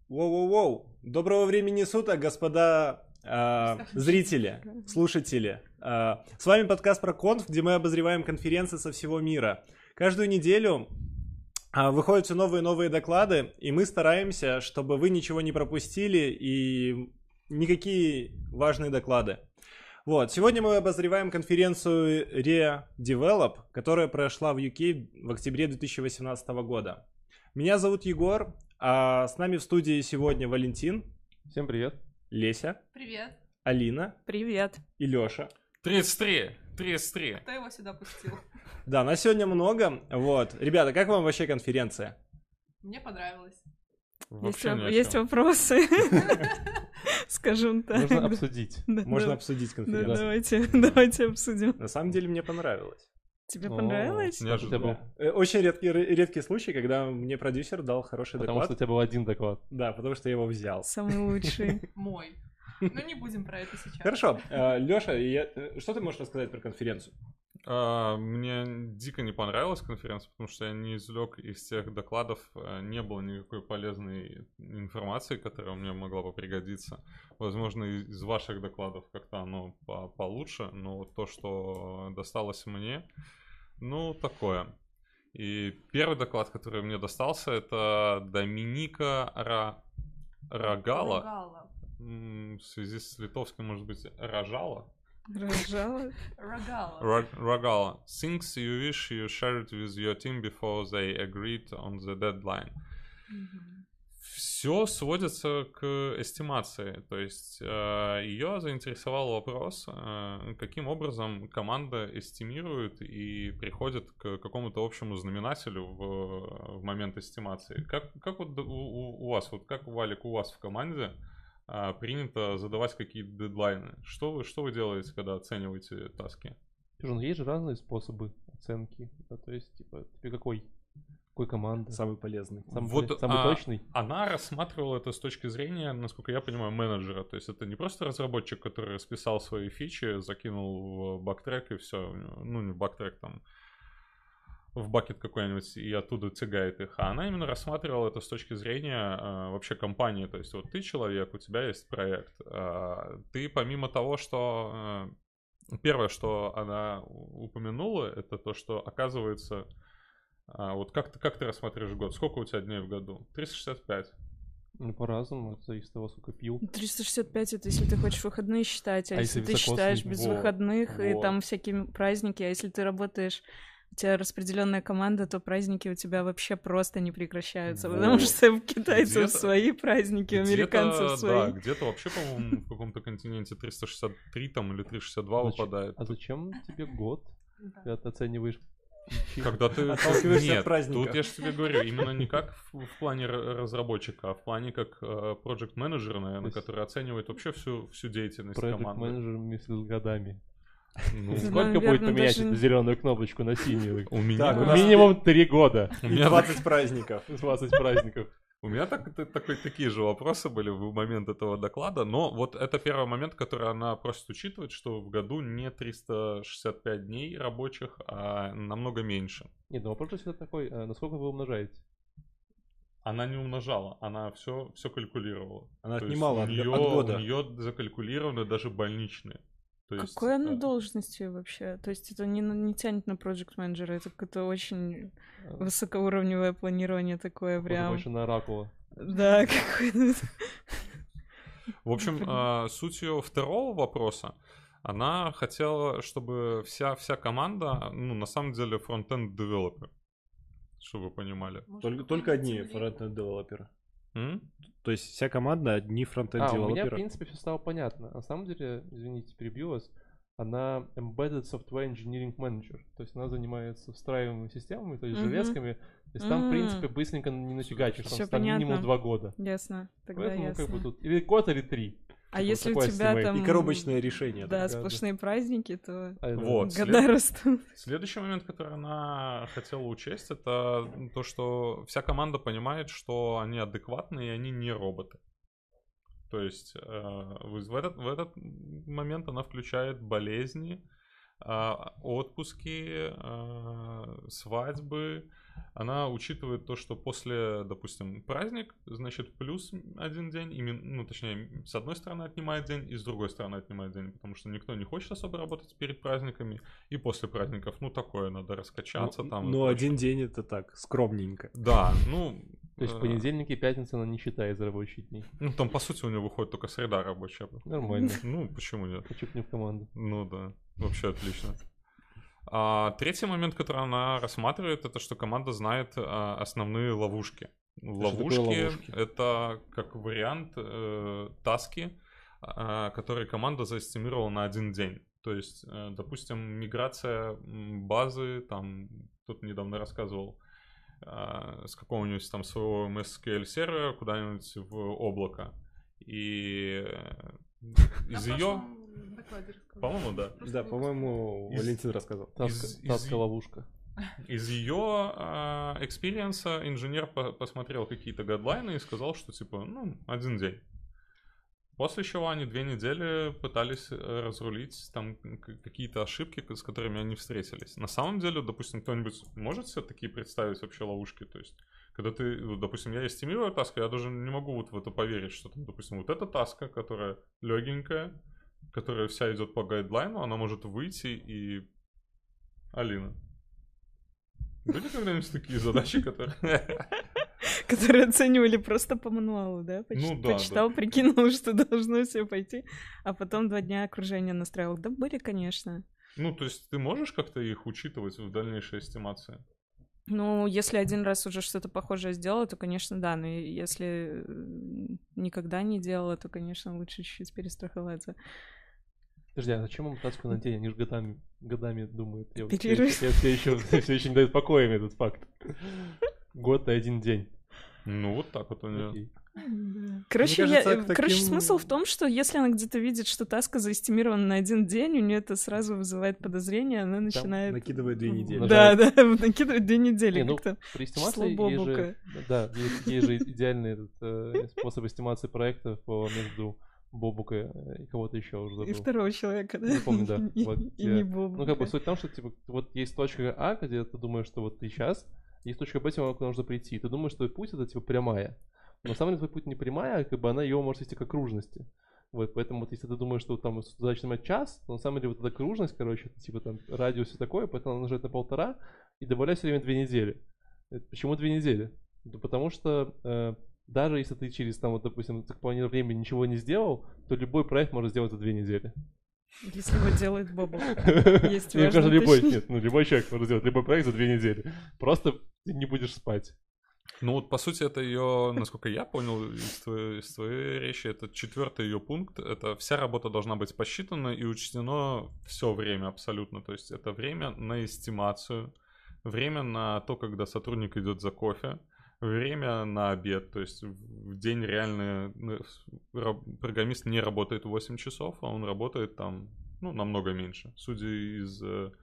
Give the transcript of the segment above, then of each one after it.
Воу-воу-воу! Доброго времени суток, господа зрители, слушатели. С вами подкаст про конф, где мы обозреваем конференции со всего мира. Каждую неделю выходят все новые и новые доклады, и мы стараемся, чтобы вы ничего не пропустили и никакие важные доклады. Вот, сегодня мы обозреваем конференцию Redevelop, которая прошла в UK в октябре 2018 года. Меня зовут Егор, а с нами в студии сегодня Валентин. Всем привет. Леся. Привет. Алина. Привет. И Лёша. 33. Кто его сюда пустил? Да, нас сегодня много. Вот. Ребята, как вам вообще конференция? Мне понравилось. Есть вопросы. Скажем так. Можно обсудить. Можно обсудить конференцию. Давайте обсудим. На самом деле мне понравилось. Тебе понравилось? Неожиданно. Очень редкий случай, когда мне продюсер дал хороший доклад. Потому что у тебя был один доклад. Да, потому что я его взял. Самый лучший. Мой. Ну не будем про это сейчас. Хорошо. Лёша, что ты можешь рассказать про конференцию? Мне дико не понравилась конференция, потому что я не извлек из тех докладов, не было никакой полезной информации, которая мне могла бы пригодиться. Возможно, из ваших докладов как-то оно получше, но вот то, что досталось мне, ну, такое. И первый доклад, который мне достался, это Доминика Рогала. В связи с литовским, может быть, Рожала. Rogala. Things you wish you shared with your team before they agreed on the deadline. Все сводится к эстимации. То есть ее заинтересовал вопрос, каким образом команда эстимирует и приходит к какому-то общему знаменателю в момент эстимации. Как вот у вас, вот как, Валик, у вас в команде принято задавать какие-то дедлайны? Что вы делаете, когда оцениваете таски? Ну есть же разные способы оценки. Да, то есть, типа, тебе какой команда? Самый полезный. Самый точный? Она рассматривала это с точки зрения, насколько я понимаю, менеджера. То есть это не просто разработчик, который расписал свои фичи, закинул в бактрек и все. Ну, не в бактрек, там, в бакет какой-нибудь и оттуда тягает их. А она именно рассматривала это с точки зрения вообще компании. То есть вот ты человек, у тебя есть проект. Ты помимо того, что... Первое, что она упомянула, это то, что оказывается... Вот как ты рассматриваешь год? Сколько у тебя дней в году? 365. Ну, по-разному, это зависит от того, сколько пил. 365 это если ты хочешь выходные считать, а если ты считаешь без выходных и там всякие праздники, а если ты работаешь, у тебя распределенная команда, то праздники у тебя вообще просто не прекращаются, потому что у китайцев свои праздники, у американцев свои. Да, где-то вообще, по-моему, в каком-то континенте 363 там или 362 выпадает. А зачем тебе год? Когда ты оцениваешь? Когда ты отталкиваешься от праздника. Тут я же тебе говорю, именно не как в плане разработчика, а в плане как project менеджера, наверное, который оценивает вообще всю деятельность команды. Project менеджер мыслит годами. Ну, сколько будет поменять эту зеленую кнопочку на синюю? У меня минимум 3 года. У меня 20 праздников. 20 праздников. У меня такие же вопросы были в момент этого доклада, но вот это первый момент, который она просит учитывать, что в году не 365 дней рабочих, а намного меньше. Нет, ну вопрос всегда такой, насколько вы умножаете? Она не умножала, она все калькулировала. Она отнимала от года. У нее закалькулированы даже больничные. Какой она должностью вообще? То есть это не тянет на project менеджера, это какое-то очень высокоуровневое планирование такое прям. Больше на оракула. Да, какой-то. В общем, сутью второго вопроса, она хотела, чтобы вся команда, ну, на самом деле, фронтенд девелопер, чтобы вы понимали. Только одни фронтенд девелоперы. То есть вся команда одни фронтенд-девелоперы. У меня, в принципе, все стало понятно. На самом деле, извините, перебью вас, она Embedded Software Engineering Manager. То есть она занимается встраиваемыми системами, то есть железками. То есть там, в принципе, быстренько не нафигачишь. Там минимум 2 года. Ясно, тогда поэтому, ясно. Как бы тут или год, или 3. А если у тебя там... И коробочное решение. Да, сплошные праздники, то вот, года растут. Следующий момент, который она хотела учесть, это то, что вся команда понимает, что они адекватные, и они не роботы. То есть в этот момент она включает болезни, отпуски, свадьбы. Она учитывает то, что после, допустим, праздник, значит, плюс 1 день, точнее, с одной стороны отнимает день, и с другой стороны отнимает день, потому что никто не хочет особо работать перед праздниками, и после праздников, такое, надо раскачаться там. 1 день это так, скромненько. Да, То есть понедельник и пятница она не считает за рабочие дни. Там, по сути, у него выходит только среда рабочая. Нормально. Почему нет? Хочу к ним в команду. Да, вообще отлично. Третий момент, который она рассматривает, это что команда знает основные ловушки. Ловушки — это как вариант таски, которые команда заэстимировала на 1 день. То есть, допустим, миграция базы, там, кто-то недавно рассказывал, с какого-нибудь там своего MySQL сервера куда-нибудь в облако. И из ее... По-моему, да. Да, по-моему, Валентин рассказал. Таска-ловушка. Из ее экспириенса инженер посмотрел какие-то гадлайны и сказал, что типа, 1 день. После чего они 2 недели пытались разрулить там какие-то ошибки, с которыми они встретились. На самом деле, допустим, кто-нибудь может себе такие представить вообще ловушки? То есть, когда ты, допустим, я эстимирую таску, я даже не могу в это поверить, что там, допустим, вот эта таска, которая легенькая, которая вся идет по гайдлайну, она может выйти и... Алина, были когда-нибудь такие задачи, которые оценивали просто по мануалу, да? Почитал, прикинул, что должно все пойти, а потом 2 дня окружение настраивал. Да были, конечно. То есть ты можешь как-то их учитывать в дальнейшей эстимации? Если 1 раз уже что-то похожее сделала, то, конечно, да. Но если никогда не делала, то, конечно, лучше чуть-чуть перестраховаться. Подожди, а зачем им таску на день? Они же годами думают. Я все еще не дают покоя этот факт. Год и 1 день. Вот так вот у нее. Короче, смысл в том, что если она где-то видит, что таска заэстимирована на 1 день, у нее это сразу вызывает подозрение, она начинает... Накидывает 2 недели. Да, накидывает 2 недели. При эстимации есть же идеальный способ эстимации проектов между Бобука и кого-то еще уже забыл. И второго человека, да? Не помню, да. И не Бобука. Суть в том, что вот есть точка А, где ты думаешь, что вот ты сейчас, есть точка Б, куда нужно прийти. Ты думаешь, что твой путь это прямая. Но на самом деле твой путь не прямая, она ее может вести к окружности. Поэтому если ты думаешь, что там задача занимает час, то на самом деле вот эта окружность, это там радиус и такое, поэтому она нажать на 1,5 и добавляй все время 2 недели. Почему 2 недели? Потому что даже если ты через, допустим, так планирование времени ничего не сделал, то любой проект можно сделать за 2 недели. Если его делает Бобок. Есть мне кажется, любой человек может сделать любой проект за 2 недели. Просто ты не будешь спать. По сути, это ее, насколько я понял из твоей речи, это 4-й ее пункт. Это вся работа должна быть посчитана и учтено все время абсолютно. То есть это время на эстимацию, время на то, когда сотрудник идет за кофе, время на обед. То есть в день реально программист не работает 8 часов, а он работает там намного меньше. Судя из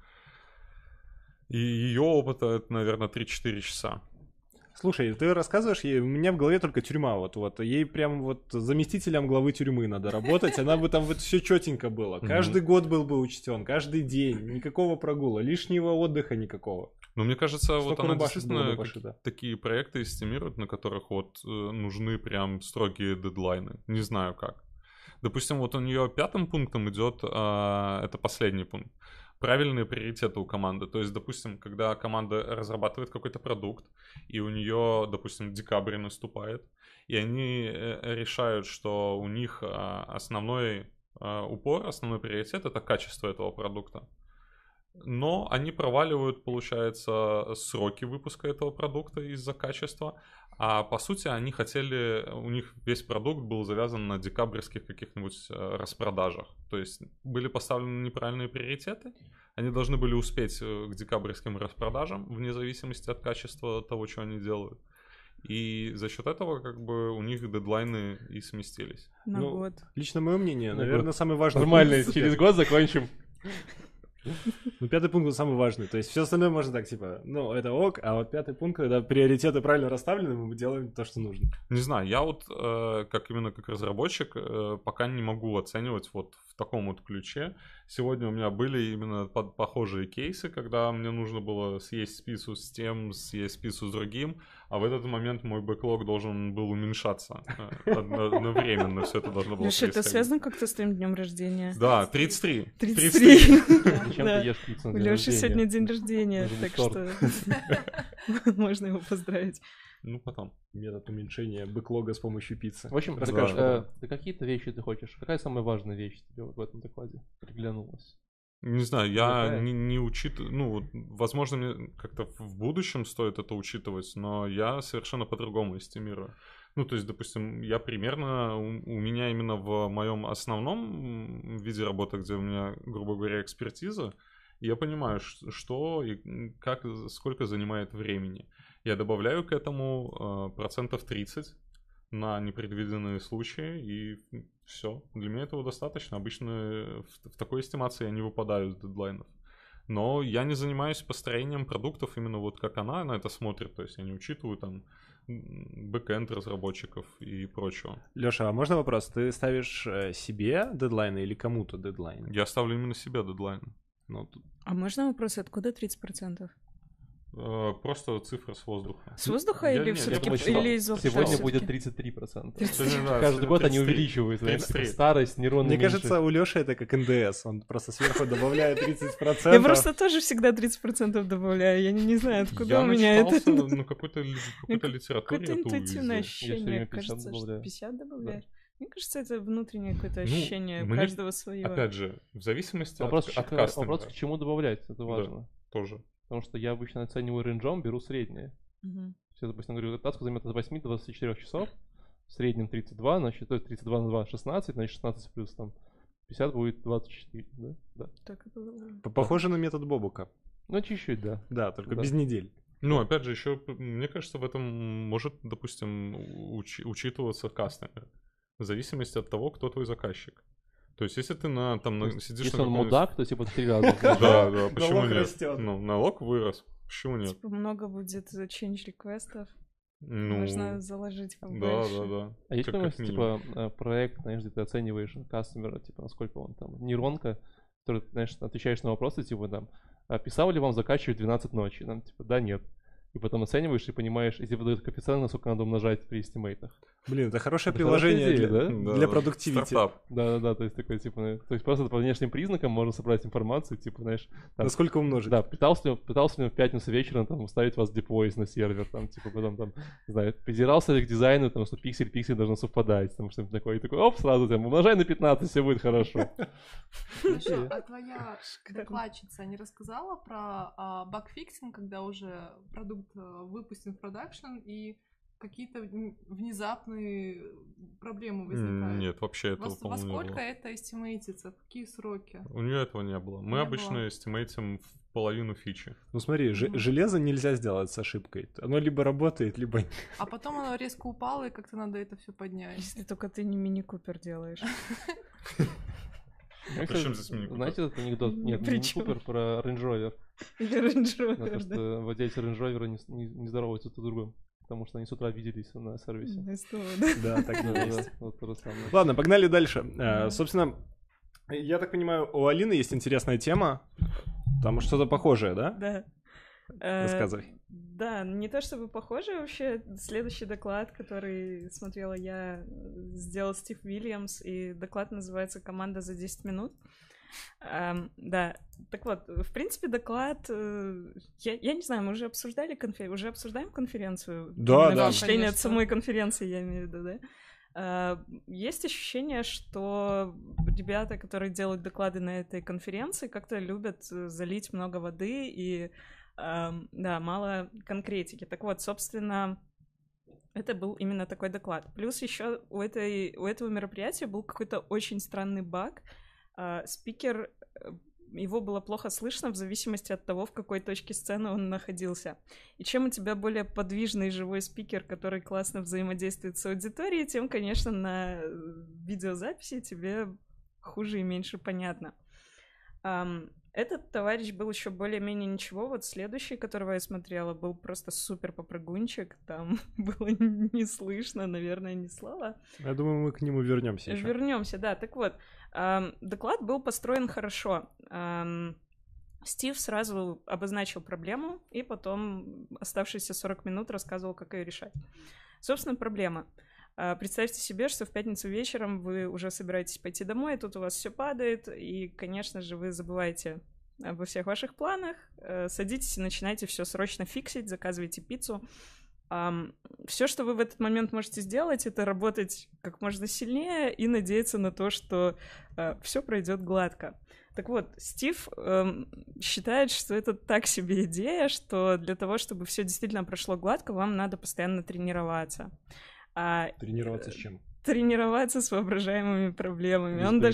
ее опыта, это, наверное, 3-4 часа. Слушай, ты рассказываешь, у меня в голове только тюрьма, вот ей прям заместителем главы тюрьмы надо работать, она бы там все четенько было, каждый год был бы учтен, каждый день, никакого прогула, лишнего отдыха никакого. Мне кажется, она действительно такие проекты эстимирует, на которых нужны прям строгие дедлайны, не знаю как. Допустим, у нее 5-м пунктом идет, это последний пункт, правильные приоритеты у команды. То есть, допустим, когда команда разрабатывает какой-то продукт, и у нее, допустим, декабрь наступает, и они решают, что у них основной упор, основной приоритет — это качество этого продукта. Но они проваливают, получается, сроки выпуска этого продукта из-за качества. А по сути они хотели, у них весь продукт был завязан на декабрьских каких-нибудь распродажах. То есть были поставлены неправильные приоритеты. Они должны были успеть к декабрьским распродажам, вне зависимости от качества того, что они делают. И за счет этого у них дедлайны и сместились. На год. Лично мое мнение, наверное, самый важный... Нормально, через год закончим. Ну, 5-й пункт самый важный. То есть все остальное можно так, типа, ну, это ок, а вот 5-й пункт, когда приоритеты правильно расставлены, мы делаем то, что нужно. Не знаю, я вот как разработчик пока не могу оценивать вот в таком вот ключе. Сегодня у меня были именно похожие кейсы, когда мне нужно было съесть спицу с тем, съесть спицу с другим, а в этот момент мой бэклог должен был уменьшаться одновременно. Все это должно было происходить. Это связано как-то с твоим днем рождения? Да, 33. 33. Зачем ты ешь пиццу на У день Лёши рождения? сегодня день рождения, так что можно его поздравить. Ну, потом. Метод уменьшения бэклога с помощью пиццы. В общем, расскажи, какие-то вещи ты хочешь? Какая самая важная вещь тебе вот в этом докладе приглянулась? Не знаю, я не учитываю, ну, вот, возможно, мне как-то в будущем стоит это учитывать, но я совершенно по-другому эстимирую. Ну, то есть, допустим, я примерно, у меня именно в моем основном виде работы, где у меня, грубо говоря, экспертиза, я понимаю, что и как, сколько занимает времени. Я добавляю к этому 30% на непредвиденные случаи, и все. Для меня этого достаточно. Обычно в такой эстимации я не выпадаю из дедлайнов. Но я не занимаюсь построением продуктов именно вот как она на это смотрит. То есть я не учитываю там бэкэнд разработчиков и прочего. Лёша, а можно вопрос? Ты ставишь себе дедлайны или кому-то дедлайны? Я ставлю именно себе дедлайны. Ну, А можно вопрос, откуда 30%? Просто цифра с воздуха. С воздуха или все-таки или из общего? Сегодня будет 33%. 33%. Каждый год они увеличивают. Старость, нейронные. Мне кажется, у Лёши это как НДС. Он просто сверху добавляет 30%. Я просто тоже всегда 30% добавляю. Я не знаю, откуда у меня это. Ну, какой-то литературе какое-то интуитивное ощущение. Я всё время 50 кажется, добавляю. что 50 добавляешь. Мне кажется, это внутреннее какое-то ощущение каждого своего. Опять же, в зависимости Вопрос, от кастомера. вопрос, к чему добавлять, это важно. Тоже. Потому что я обычно оцениваю рейнджом, беру среднее. Я, допустим, говорю, таску займет от 8 до 24 часов, в среднем 32, значит, то есть 32 на 2 — 16, значит, 16 плюс там 50 будет 24, да? Да. Так и было. Похоже на метод Бобука. Ну, чуть-чуть, да. Да, только Да. без недель. Ну, опять же, еще, мне кажется, в этом может, допустим, учитываться кастомер. В зависимости от того, кто твой заказчик. То есть, если ты сидишь Если на он каком-нибудь- мудак, то типа 3 раза. Да, почему Налог нет? растет. Ну, налог вырос. Почему нет? Типа много будет change реквестов. Ну, Можно заложить да, побольше. да. А есть Как какой-нибудь, минимум. типа, проект, знаешь, где ты оцениваешь кастомера, типа, насколько он там, нейронка, который, знаешь, отвечаешь на вопросы, типа, там, писал ли вам заказчик в 12 ночи? Там, типа, да, нет. И потом оцениваешь и понимаешь, и тебе дают коэффициент, насколько надо умножать при эстимейтах. Блин, это хорошее Это приложение хорошая идея, для, да? для продуктивити. Стартап. Да-да-да, то есть такой, типа, то есть просто по внешним признакам можно собрать информацию, типа, знаешь, там, Насколько умножить? да, пытался ли он в пятницу вечером там уставить вас деплоить на сервер, там, типа, потом там, не знаю, придирался ли к дизайну, потому что пиксель должно совпадать, там, что-нибудь такое, и такой, оп, сразу там, умножай на 15, все будет хорошо. Слушай, а твоя докладчица не рассказала про багфиксинг, когда уже продукт выпустен в продакшн и какие-то внезапные проблемы возникают? Нет, вообще этого, Во по-моему, не сколько было. это эстимейтится? В какие сроки? У нее этого не было. Мы Не обычно было. эстимейтим в половину фичи. Ну смотри, железо нельзя сделать с ошибкой. Оно либо работает, либо нет. А потом оно резко упало, и как-то надо это все поднять. Если только ты не мини-купер делаешь. Причем здесь мини-купер? Знаете этот анекдот? Нет, не Причем? Купер, про Range Rover. Или Range Да, Rover, то, что владельцы Range Rover не здороваются друг с другом, потому что они с утра виделись на сервисе. да. СТО, да? Да, так и Да, есть. да, вот то же самое. Ладно, погнали дальше. Собственно, я так понимаю, у Алины есть интересная тема. Там что-то похожее, да? Да. Рассказывай. Да, не то чтобы похоже вообще. Следующий доклад, который смотрела я, сделал Стив Уильямс, и доклад называется «Команда за 10 минут». Да, так вот, в принципе, доклад, я не знаю, мы уже обсуждаем конференцию? Да, Именно да. Впечатление от Конечно. самой конференции, я имею в виду, да? Есть ощущение, что ребята, которые делают доклады на этой конференции, как-то любят залить много воды и, да, мало конкретики. Так вот, собственно, это был именно такой доклад. Плюс еще у этого мероприятия был какой-то очень странный баг. Спикер, его было плохо слышно в зависимости от того, в какой точке сцены он находился. И чем у тебя более подвижный живой спикер, который классно взаимодействует с аудиторией, тем, конечно, на видеозаписи тебе хуже и меньше понятно. Этот товарищ был еще более-менее ничего. Вот следующий, которого я смотрела, был просто супер попрыгунчик. Там было не слышно, наверное, ни слова. Я думаю, мы к нему вернемся еще. Вернемся, да. Так вот, доклад был построен хорошо. Стив сразу обозначил проблему, и потом оставшиеся 40 минут рассказывал, как ее решать. Собственно, проблема. Представьте себе, что в пятницу вечером вы уже собираетесь пойти домой, и тут у вас все падает, и, конечно же, вы забываете обо всех ваших планах, садитесь и начинаете все срочно фиксить, заказываете пиццу. Все, что вы в этот момент можете сделать, это работать как можно сильнее и надеяться на то, что все пройдет гладко. Так вот, Стив считает, что это так себе идея, что для того, чтобы все действительно прошло гладко, вам надо постоянно тренироваться. Тренироваться с чем? Тренироваться с воображаемыми проблемами. Он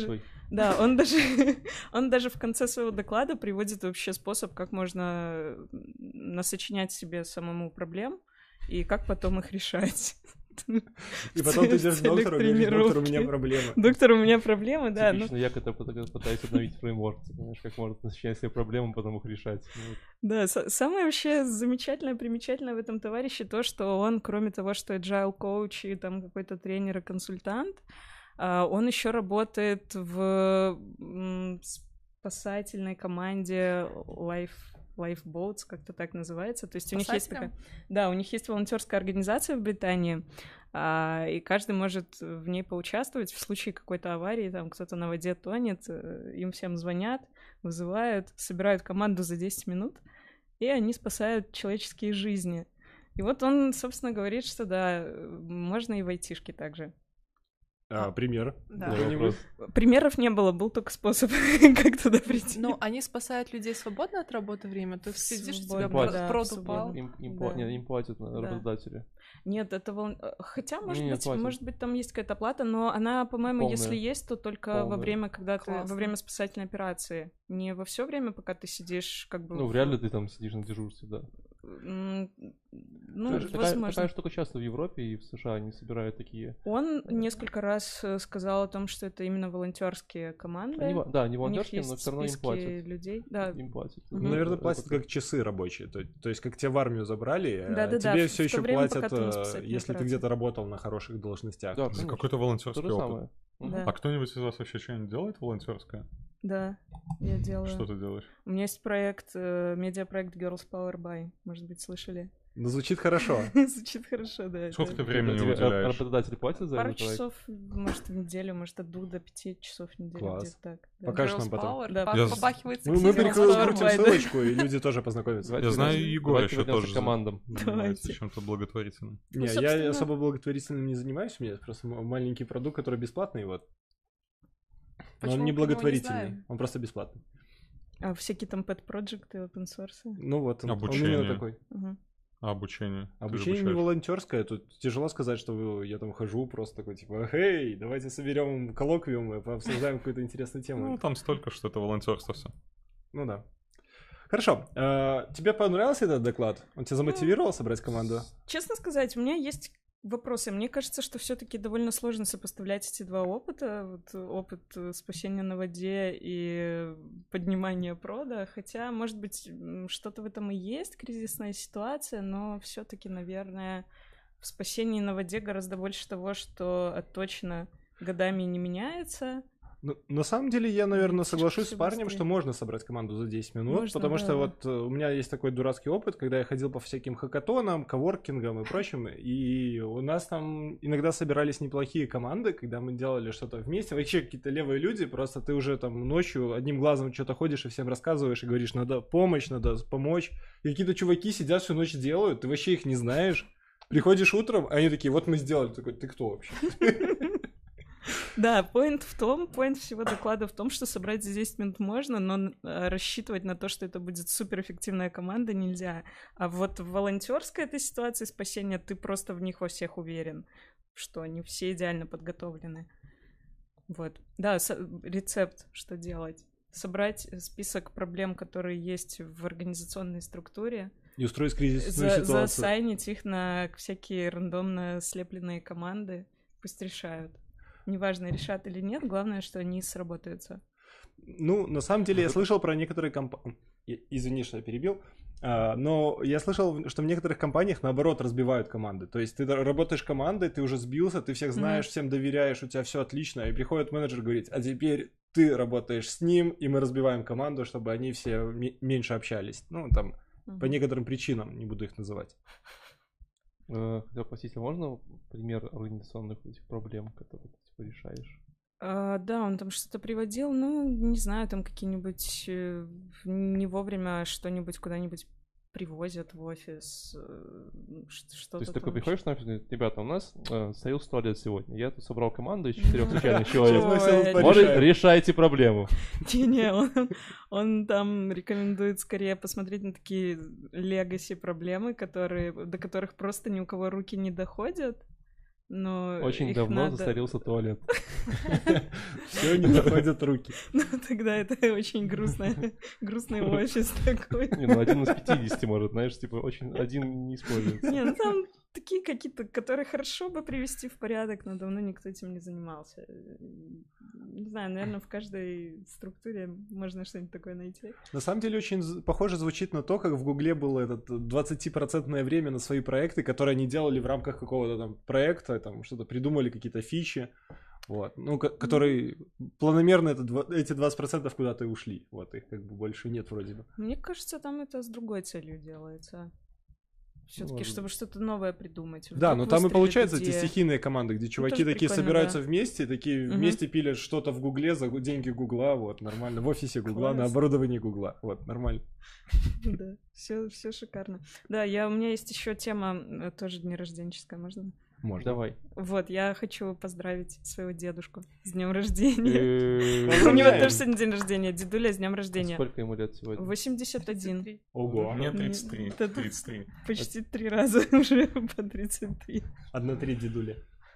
даже в конце своего доклада приводит вообще способ, как можно насочинять себе самому проблем и как потом их решать. И потом ты идешь к доктору и говоришь: доктор, у меня проблемы. Доктор, у меня проблемы, да. Типично, я когда пытаюсь обновить фреймворк, знаешь, как можно насчитать себе проблемы, потом их решать. Да, самое вообще замечательное, примечательное в этом товарище то, что он, кроме того, что agile коуч и там какой-то тренер и консультант, он еще работает в спасательной команде Lifeboats, как-то так называется. То есть у них есть такая... Да, у них есть волонтерская организация в Британии, и каждый может в ней поучаствовать. В случае какой-то аварии, там кто-то на воде тонет, им всем звонят, вызывают, собирают команду за 10 минут, и они спасают человеческие жизни. И вот он, собственно, говорит, что да, можно и в айтишке также. Пример? Да. Примеров не было, был только способ, как туда прийти. Но они спасают людей свободно от работы время? То есть сидишь, тебя прод упал? Им платят работодатели. Нет, это хотя, может быть, там есть какая-то плата, но она, по-моему, если есть, то только во время, когда ты во время спасательной операции. Не во все время, пока ты сидишь, как бы. Ну, вряд ли ты там сидишь на дежурстве, да. Возможно. Такая штука часто в Европе и в США они собирают такие. Он несколько раз сказал о том, что это именно волонтерские команды. Не волонтерские, но все равно им платят. Людей. Да. Им платят. Наверное, платят как часы рабочие. То есть как тебя в армию забрали, тебе все еще время, платят, если ты где-то работал на хороших должностях. Да, за какой-то волонтерский опыт. Да. А кто-нибудь из вас вообще что-нибудь делает волонтерское? Да, я делаю. Что ты делаешь? У меня есть проект, медиапроект Girls Power By. Может быть, слышали? Ну, звучит хорошо. Звучит хорошо, да. Сколько ты времени уделяешь? Работодатель платит за это? Пару часов, может, в неделю, может, от 2 до 5 часов в неделю. Класс. Где-то так. Покажешь нам потом. Да, побахивается. Мы перекрутим ссылочку, и люди тоже познакомятся. Я знаю, Егор еще тоже командам занимается чем-то благотворительным. Не, я особо благотворительным не занимаюсь, у меня просто маленький продукт, который бесплатный, вот. Но он не благотворительный, он просто бесплатный. А всякие там pet-проекты, open source? Ну вот, он обучение. именно такой. А обучение? Обучение не волонтерское, тут тяжело сказать, что я там хожу просто такой, типа, «Эй, давайте соберем коллоквиум и пообсуждаем какую-то интересную тему». Ну, там столько, что это волонтерство все. Ну да. Хорошо. Тебе понравился этот доклад? Он тебя замотивировал собрать команду? Честно сказать, у меня есть вопросы. Мне кажется, что все-таки довольно сложно сопоставлять эти два опыта. Вот опыт спасения на воде и поднимания прода. Хотя, может быть, что-то в этом и есть, кризисная ситуация, но все-таки, наверное, в спасении на воде гораздо больше того, что точно годами не меняется. Ну, на самом деле, я, наверное, соглашусь с парнем, что можно собрать команду за 10 минут, потому что вот у меня есть такой дурацкий опыт, когда я ходил по всяким хакатонам, коворкингам и прочим, и у нас там иногда собирались неплохие команды, когда мы делали что-то вместе, вообще какие-то левые люди, просто ты уже там ночью одним глазом что-то ходишь и всем рассказываешь, и говоришь, надо помощь, надо помочь, и какие-то чуваки сидят всю ночь делают, ты вообще их не знаешь, приходишь утром, а они такие, вот мы сделали, такой, ты кто вообще? Да, поинт всего доклада в том, что собрать за 10 минут можно, но рассчитывать на то, что это будет суперэффективная команда, нельзя. А вот в волонтерской этой ситуации спасения ты просто в них во всех уверен, что они все идеально подготовлены. Вот. Да, рецепт, что делать. Собрать список проблем, которые есть в организационной структуре. И устроить кризисную ситуацию. Засайнить их на всякие рандомно слепленные команды. Пусть решают. Неважно, решат или нет, главное, что они сработаются. Ну, на самом деле, я слышал про некоторые компании... Извини, что я перебил. Но я слышал, что в некоторых компаниях, наоборот, разбивают команды. То есть ты работаешь командой, ты уже сбился, ты всех знаешь, всем доверяешь, у тебя все отлично. И приходит менеджер говорит, а теперь ты работаешь с ним, и мы разбиваем команду, чтобы они все меньше общались. Ну, там, по некоторым причинам, не буду их называть. Хотел спросить, а можно пример организационных этих проблем, которые ты типа решаешь? Да, он там что-то приводил, ну, не знаю, там какие-нибудь не вовремя что-нибудь куда-нибудь привозят в офис, что-то. То есть такой приходишь на офис, говорит, ребята, у нас sales туалет сегодня. Я тут собрал команду из 4 случайных человек. Может, решайте проблему. Не, он там рекомендует скорее посмотреть на такие легаси проблемы, до которых просто ни у кого руки не доходят. Но очень давно засорился туалет. Все, не доходят руки. Ну, тогда это очень грустный офис такой. Не, ну 1 из 50 может, знаешь, типа очень один не используется. Не, ну там такие какие-то, которые хорошо бы привести в порядок, но давно никто этим не занимался. Не знаю, наверное, в каждой структуре можно что-нибудь такое найти. На самом деле очень похоже звучит на то, как в Гугле было это 20% время на свои проекты, которые они делали в рамках какого-то там проекта, там что-то придумали, какие-то фичи, вот, ну, которые планомерно эти 20% куда-то и ушли, вот, их как бы больше нет вроде бы. Мне кажется, там это с другой целью делается. Все-таки, чтобы что-то новое придумать. Да, но там и получаются эти стихийные команды, где чуваки такие собираются вместе, такие вместе пилят что-то в Гугле за деньги Гугла, вот, нормально, в офисе Гугла, на оборудовании Гугла, вот, нормально. Да, все шикарно. Да, у меня есть еще тема, тоже днерожденческая, можно? Можно. Давай. Вот, я хочу поздравить своего дедушку с днем рождения. У него тоже сегодня день рождения. Дедуля, с днем рождения. Сколько ему лет сегодня? 81. Ого. Мне 33. 33. Почти 3 раза уже по 33. 1-3 дедуля.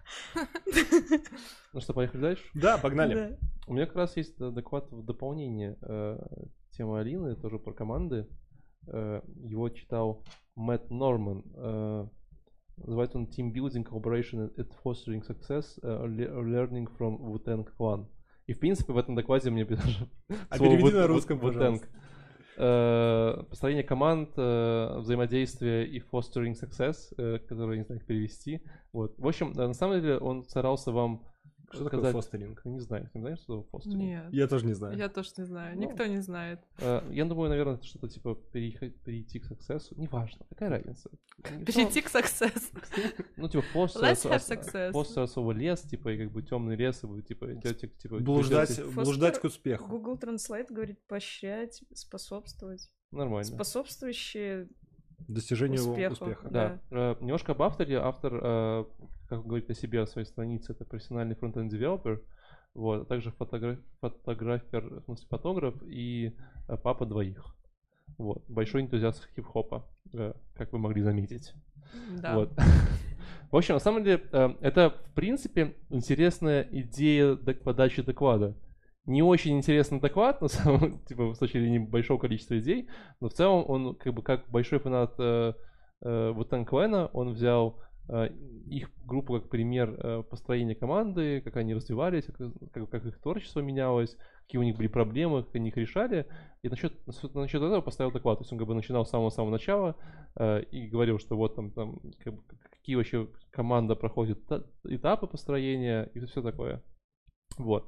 Ну что, поехали дальше? Да, погнали. У меня как раз есть доклад в дополнение темы Алины, тоже про команды. Его читал Мэтт Норман. Называется он Team Building, Collaboration and Fostering Success, Learning from Wu-Tang Clan. И в принципе в этом докладе мне даже переведи на русском, пожалуйста. Построение команд, взаимодействие и Fostering Success, которые я не знаю, как перевести. Вот. В общем, на самом деле он старался вам Что такое фостеринг? Не знаю, ты знаешь, что такое фостеринг? Нет. Я тоже не знаю. Я тоже не знаю. Никто не знает. Я думаю, наверное, это что-то типа перейти к success. Неважно, какая разница. Перейти к success. Ну, типа, Let's have success. фостер особо лес, типа, и как бы темный лес, и вы, типа, идете, типа... Блуждать к успеху. Google Translate говорит поощрять, способствовать. Нормально. Способствующие достижению успеха. Да. Немножко об авторе. Автор, как он говорит о себе, о своей странице, это профессиональный фронтенд девелопер, вот, а также фотографер, в смысле фотограф и папа двоих. Вот. Большой энтузиаст хип-хопа, как вы могли заметить. Да. Вот. В общем, на самом деле, это, в принципе, интересная идея подачи доклада. Не очень интересный доклад, на самом типа, с точки зрения большого количества идей, но в целом он, как бы, как большой фанат Wu-Tang Clan, он взял их группу как пример построения команды, как они развивались, как их творчество менялось, какие у них были проблемы, как они их решали. И насчет этого поставил доклад. То есть он как бы начинал с самого начала и говорил, что вот там как бы, какие вообще команда проходит этапы построения и все такое. Вот.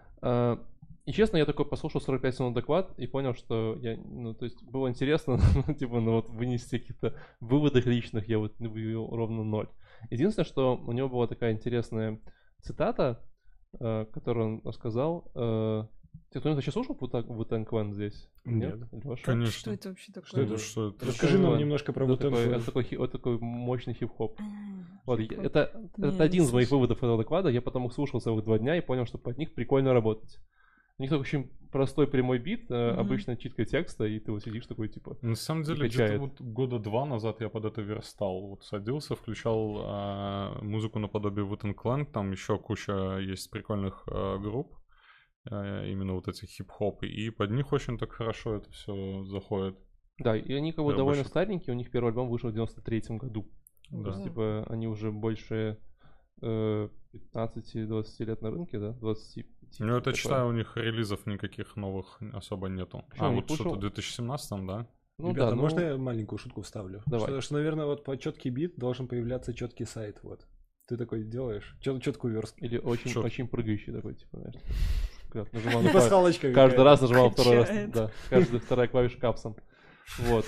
И честно, я такой послушал 45 минут доклад и понял, что то есть было интересно, типа, вот вынести какие-то выводы личных, я вот вывел ровно 0. Единственное, что у него была такая интересная цитата, которую он сказал. Ты кто-нибудь вообще слушал Wu-Tang Clan здесь? Нет. Леша? Конечно. Что это вообще такое? Что это? Расскажи нам немножко про Wu-Tang Clan. Это такой мощный хип-хоп. Вот, это один из моих выводов этого доклада. Я потом их слушал целых 2 дня и понял, что под них прикольно работать. У них такой очень простой прямой бит, обычно читка текста, и ты вот сидишь такой, типа, на самом деле, где-то вот года 2 назад я под это верстал. Вот садился, включал музыку наподобие Wu-Tang Clan, там еще куча есть прикольных групп, именно вот этих хип-хоп, и под них очень так хорошо это все заходит. Да, и они как бы довольно старенькие, у них первый альбом вышел в 93-м году. Да. То есть, типа, они уже больше 15-20 лет на рынке, да? 20. Ну, это читаю, у них релизов никаких новых особо нету. Вот что-то в 2017, да? Ну, ребята, можно я маленькую шутку вставлю? Давай. Что, наверное, вот по четкий бит должен появляться четкий сайт, вот. Ты такой делаешь, четкую верстку. Или очень прыгающий такой, типа, знаешь. Нажимал пасхалочка. Каждый раз нажимал второй раз. Да, каждая вторая клавиша капсом. Вот.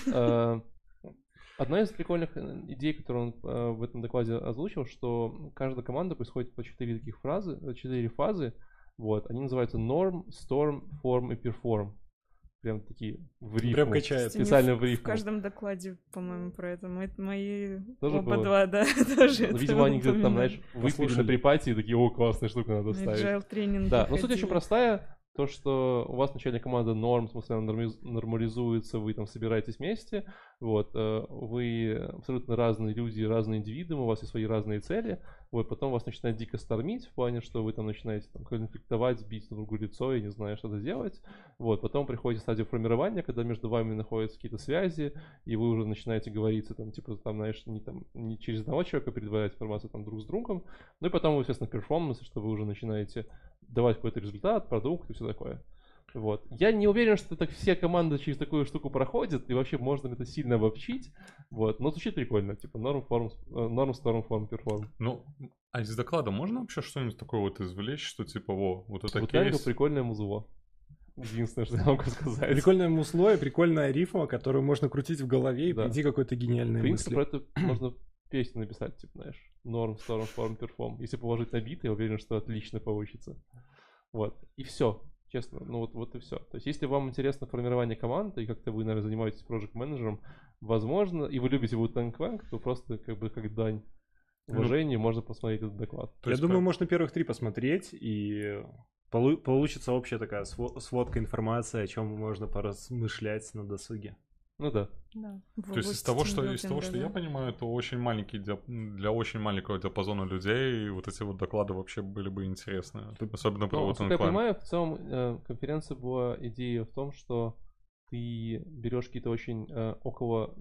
Одна из прикольных идей, которую он в этом докладе озвучил, что каждая команда происходит по 4 таких фазы, 4 фазы. Вот. Они называются Norm, Storm, Form и Perform. Прям такие в рифму. Прям качает. Специально в рифму. В каждом докладе, по-моему, про это. Мои тоже оба два, да, тоже. Видимо, они где-то там, знаешь, выпили на припате и такие, о, классная штука, надо ставить. Agile тренинг. Да, но суть очень простая. То, что у вас начальная команда норм, в смысле, она нормализуется, вы там собираетесь вместе, вот, вы абсолютно разные люди, разные индивидуумы, у вас есть свои разные цели, вот, потом вас начинает дико стормить в плане, что вы там начинаете там конфликтовать, бить на другое лицо, я не знаю, что-то делать, вот, потом приходит стадия формирования, когда между вами находятся какие-то связи, и вы уже начинаете говориться, там, типа, там, знаешь, не через одного человека передавать информацию там друг с другом, ну и потом, естественно, перформанс, что вы уже начинаете давать какой-то результат, продукт и все такое. Вот. Я не уверен, что так все команды через такую штуку проходят, и вообще можно ли это сильно обобщить. Вот. Но звучит прикольно, типа norm, storm, form, perform. Ну, а из доклада можно вообще что-нибудь такое вот извлечь, что типа, вот это вот кейс? Прикольное музло. Единственное, что я могу сказать. Прикольное музло и прикольная рифма, которую можно крутить в голове и прийти какой-то гениальной мысли. В принципе, про это можно песню написать, типа, знаешь, norm, storm, form, perform. Если положить на бит, я уверен, что отлично получится. Вот. И все. Честно, ну вот и все. То есть, если вам интересно формирование команды, и как-то вы, наверное, занимаетесь проект-менеджером, возможно, и вы любите Wu-Tang Clan, то просто как дань уважения можно посмотреть этот доклад. Я думаю, можно первых 3 посмотреть, и получится общая такая сводка информации, о чем можно поразмышлять на досуге. Ну да. То есть из того, что я понимаю, это очень маленький для очень маленького диапазона людей вот эти вот доклады вообще были бы интересны. Особенно про Wu-Tang Clan. Я понимаю, в целом конференция была идея в том, что ты берешь какие-то очень около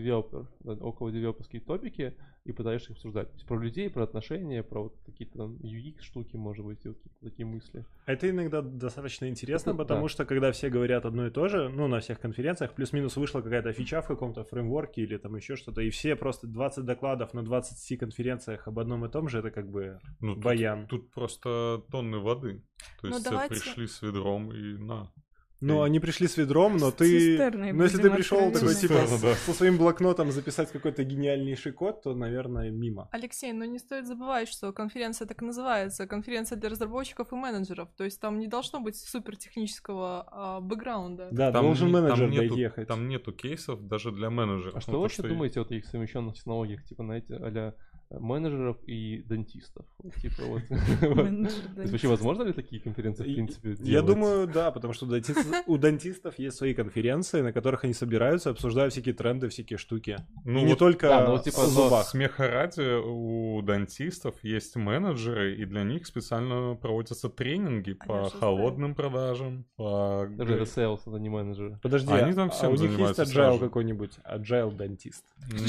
девелоперские топики и пытаешься их обсуждать. То есть про людей, про отношения, про вот какие-то там UX штуки, может быть, и вот какие-то такие мысли. Это иногда достаточно интересно, потому что когда все говорят одно и то же, ну, на всех конференциях, плюс-минус вышла какая-то фича в каком-то фреймворке или там еще что-то, и все просто 20 докладов на 20 конференциях об одном и том же, это как бы баян. Тут просто тонны воды. То есть пришли с ведром и на... Ну, они пришли с ведром, но ты... Ну, если ты пришел такой, типа, со своим блокнотом записать какой-то гениальнейший код, то, наверное, мимо. Алексей, ну не стоит забывать, что конференция так и называется. Конференция для разработчиков и менеджеров. То есть там не должно быть супертехнического бэкграунда. Да, там должен менеджер доехать. Там нету кейсов даже для менеджеров. А что вы вообще думаете о таких совмещенных технологиях, типа, знаете, а-ля менеджеров и дантистов? Типа вот. То есть вообще возможно ли такие конференции, в принципе, делать? Я думаю, да, потому что у дантистов есть свои конференции, на которых они собираются, обсуждают всякие тренды, всякие штуки. Ну, не только типа, в зубах. Смеха ради, у дантистов есть менеджеры, и для них специально проводятся тренинги по холодным продажам. Даже это sales, это не менеджеры. Подожди, они там всем у них есть agile какой-нибудь? Agile дантист.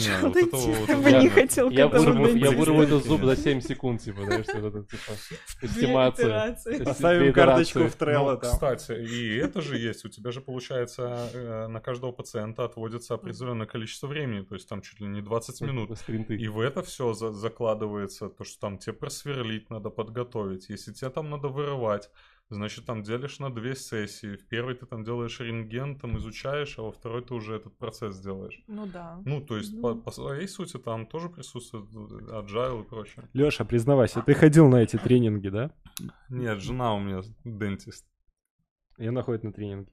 Я бы не хотел к этому. Я вырву этот зуб за 7 секунд, типа, знаешь, что это, типа, эстимация. Поставим карточку в Trello там. Кстати, и это же есть. У тебя же, получается, на каждого пациента отводится определенное количество времени, то есть там чуть ли не 20 минут. И в это все закладывается то, что там тебе просверлить надо, подготовить. Если тебе там надо вырывать, значит, там делишь на 2 сессии. В первой ты там делаешь рентген, там изучаешь, а во второй ты уже этот процесс делаешь. Ну да. Ну, то есть, по своей сути, там тоже присутствует agile и прочее. Лёша, признавайся, ты ходил на эти тренинги, да? Нет, жена у меня дентист. И она ходит на тренинги.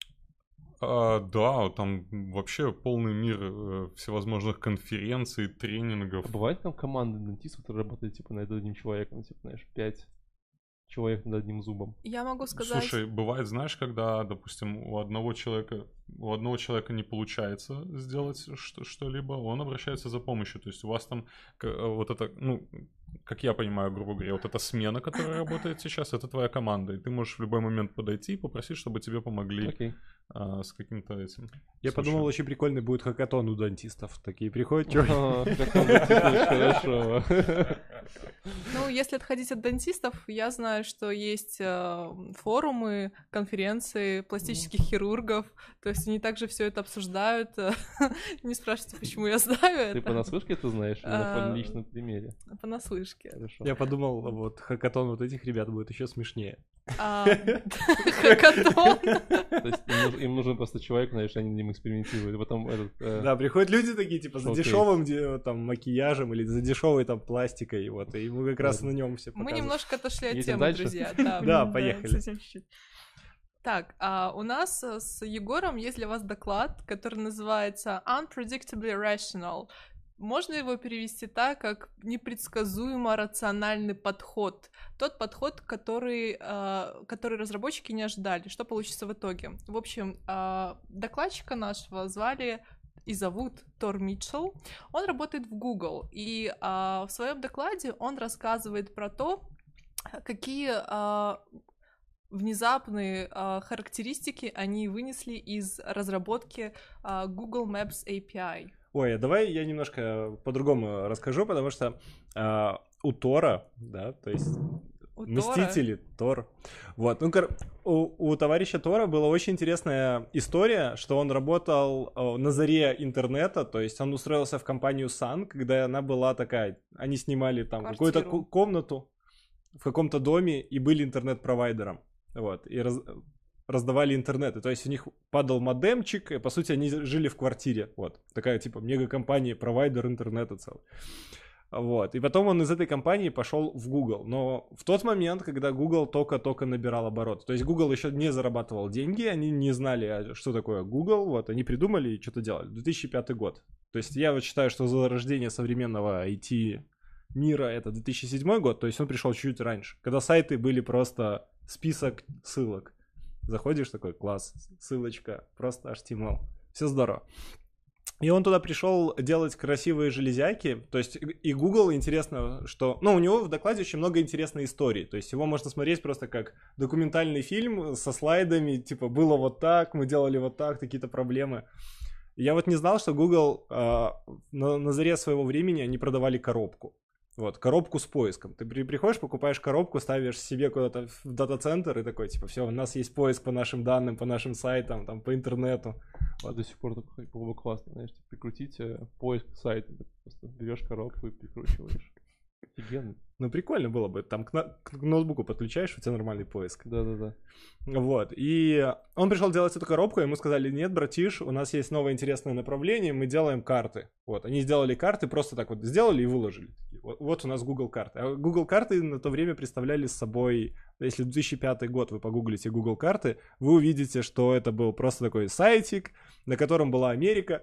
Да, там вообще полный мир всевозможных конференций, тренингов. А бывает там команда дентистов, которые работают, типа, над одним человеком, типа, знаешь, 5 человек над одним зубом. Я могу сказать... Слушай, бывает, знаешь, когда, допустим, у одного человека не получается сделать что-либо, он обращается за помощью. То есть у вас там вот это, ну, как я понимаю, грубо говоря, вот эта смена, которая работает сейчас, это твоя команда. И ты можешь в любой момент подойти и попросить, чтобы тебе помогли с каким-то этим. Я подумал, очень прикольный будет хакатон у дантистов. Такие приходят, хорошо. Ну, если отходить от дантистов, я знаю, что есть форумы, конференции пластических хирургов, то есть они также все это обсуждают. Не спрашивайте, почему я знаю это. Ты понаслышке это знаешь или на личном примере? Понаслышке. Хорошо. Я подумал, вот хакатон вот этих ребят будет еще смешнее. Хакатон? То есть им нужен просто человек, знаешь, они ним экспериментируют. Потом Да, приходят люди такие, типа, за дешевым там макияжем или за дешевой там пластикой, вот, и мы как раз на нем все показываем. Мы немножко отошли от Едем темы, дальше? друзья. Да, поехали. Совсем чуть-чуть. Так, у нас с Егором есть для вас доклад, который называется Unpredictably Rational. Можно его перевести так, как непредсказуемо рациональный подход. Тот подход, который разработчики не ожидали. Что получится в итоге? В общем, докладчика нашего звали и зовут Тор Митчелл. Он работает в Google, и в своем докладе он рассказывает про то, какие внезапные характеристики они вынесли из разработки Google Maps API. Ой, давай я немножко по-другому расскажу, потому что у Тора, да, то есть Мстители, Тор. Вот, ну, у товарища Тора была очень интересная история, что он работал на заре интернета, то есть он устроился в компанию Sun, когда она была такая, они снимали там какую-то комнату в каком-то доме и были интернет-провайдером, вот, и раздавали интернет, то есть у них падал модемчик, и по сути они жили в квартире, вот, такая типа мегакомпания, провайдер интернета целый. Вот, и потом он из этой компании пошел в Google, но в тот момент, когда Google только-только набирал обороты, то есть Google еще не зарабатывал деньги, они не знали, что такое Google, вот, они придумали и что-то делали, 2005 год, то есть я вот считаю, что зарождение современного IT мира это 2007 год, то есть он пришел чуть-чуть раньше, когда сайты были просто список ссылок. Заходишь, такой, класс, ссылочка, просто HTML. Все здорово. И он туда пришел делать красивые железяки. То есть и Google интересно, что... Ну, у него в докладе очень много интересной истории. То есть его можно смотреть просто как документальный фильм со слайдами. Типа, было вот так, мы делали вот так, какие-то проблемы. Я вот не знал, что Google на заре своего времени они продавали коробку. Вот, коробку с поиском. Ты приходишь, покупаешь коробку, ставишь себе куда-то в дата-центр и такой, типа, все, у нас есть поиск по нашим данным, по нашим сайтам, там, по интернету. Вот. До сих пор было бы классно, знаешь, прикрутить поиск сайта. Просто берешь коробку и прикручиваешь. Офигенно. Ну, прикольно было бы. Там к ноутбуку подключаешь, у тебя нормальный поиск. Да-да-да. Вот. И он пришел делать эту коробку, и ему сказали, нет, братиш, у нас есть новое интересное направление, мы делаем карты. Вот. Они сделали карты, просто так вот сделали и выложили. Вот у нас Google карты. А Google карты на то время представляли собой, если 2005 год вы погуглите Google карты, вы увидите, что это был просто такой сайтик, на котором была Америка,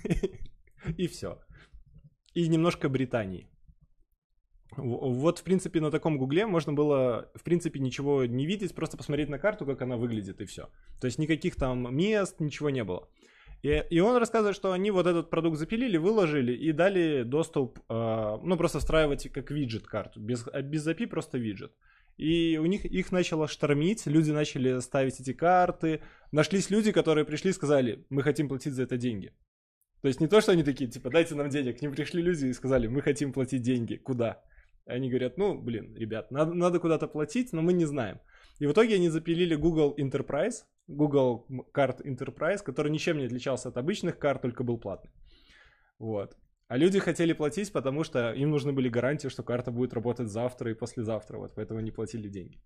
и все. И немножко Британии. Вот, в принципе, на таком гугле можно было, в принципе, ничего не видеть, просто посмотреть на карту, как она выглядит, и все. То есть никаких там мест, ничего не было. И он рассказывает, что они вот этот продукт запилили, выложили и дали доступ, ну, просто встраивать как виджет карту, без API, просто виджет. И у них их начало штормить, люди начали ставить эти карты, нашлись люди, которые пришли и сказали, мы хотим платить за это деньги. То есть не то, что они такие, типа, дайте нам денег, к ним пришли люди и сказали, мы хотим платить деньги, куда? Они говорят, ну, блин, ребят, надо куда-то платить, но мы не знаем. И в итоге они запилили Google Enterprise, Google карт Enterprise, который ничем не отличался от обычных карт, только был платный. Вот. А люди хотели платить, потому что им нужны были гарантии, что карта будет работать завтра и послезавтра, вот, поэтому они платили деньги.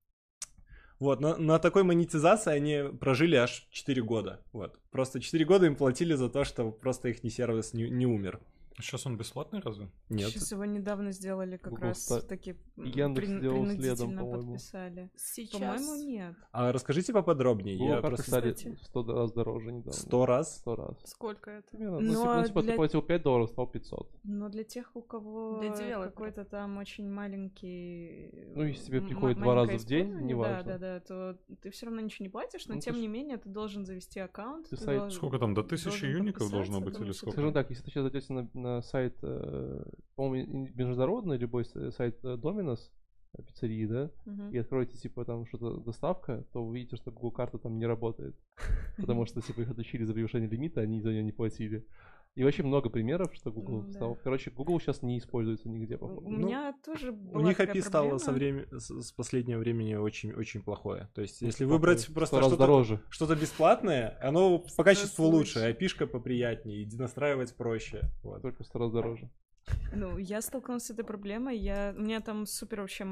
Вот, на такой монетизации они прожили аж 4 года, вот. Просто 4 года им платили за то, что просто их сервис не умер. Сейчас он бесплатный разве? Нет. Сейчас его недавно сделали как Google раз таки принудительно подписали. Сейчас... По-моему, нет. А расскажите поподробнее. Google карты стали в 100 раз дороже недавно. 100 раз? 100 раз. Сколько это? Ну, типа, ты платил $5, стал 500. Но для тех, у кого какой-то там очень маленький... Ну, если тебе приходит 2 раза в день, неважно. Да, то ты все равно ничего не платишь, но тем не менее ты должен завести аккаунт. Сколько там, до 1000 юников должно быть или сколько? Скажем так, если ты сейчас зайдете на сайт, по-моему, международный, любой сайт Domino's, пиццерии, да, и откроете, типа, там что-то доставка, то вы увидите, что Google карта там не работает. Потому что, типа, их отлучили за превышение лимита, они за нее не платили. И вообще много примеров, что Google стал. Короче, Google сейчас не используется нигде, походу. У меня тоже была у них такая API стало с последнего времени очень-очень плохое. То есть, если выбрать просто что-то бесплатное, оно по качеству лучше, API-шка поприятнее, и настраивать проще. Вот. Только 100 раз дороже. Ну, я столкнулась с этой проблемой. У меня там супер вообще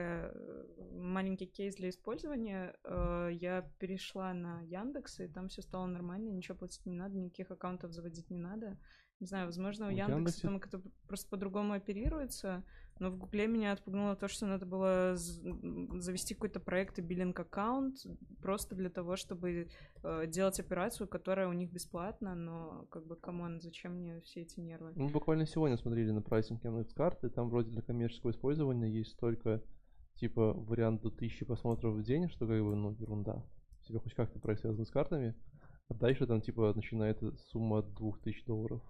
маленький кейс для использования. Я перешла на Яндекс, и там все стало нормально, ничего платить не надо, никаких аккаунтов заводить не надо. Не знаю, возможно, у Яндекса там это просто по-другому оперируется, но в Гугле меня отпугнуло то, что надо было завести какой-то проект и биллинг-аккаунт просто для того, чтобы делать операцию, которая у них бесплатна, но как бы, камон, зачем мне все эти нервы? Мы буквально сегодня смотрели на прайсинг Яндекс.Карты, там вроде для коммерческого использования есть только типа вариант до 1000 просмотров в день, что как бы, ну, ерунда. Тебе хоть как-то проект связан с картами, а дальше там типа начинается сумма от $2000.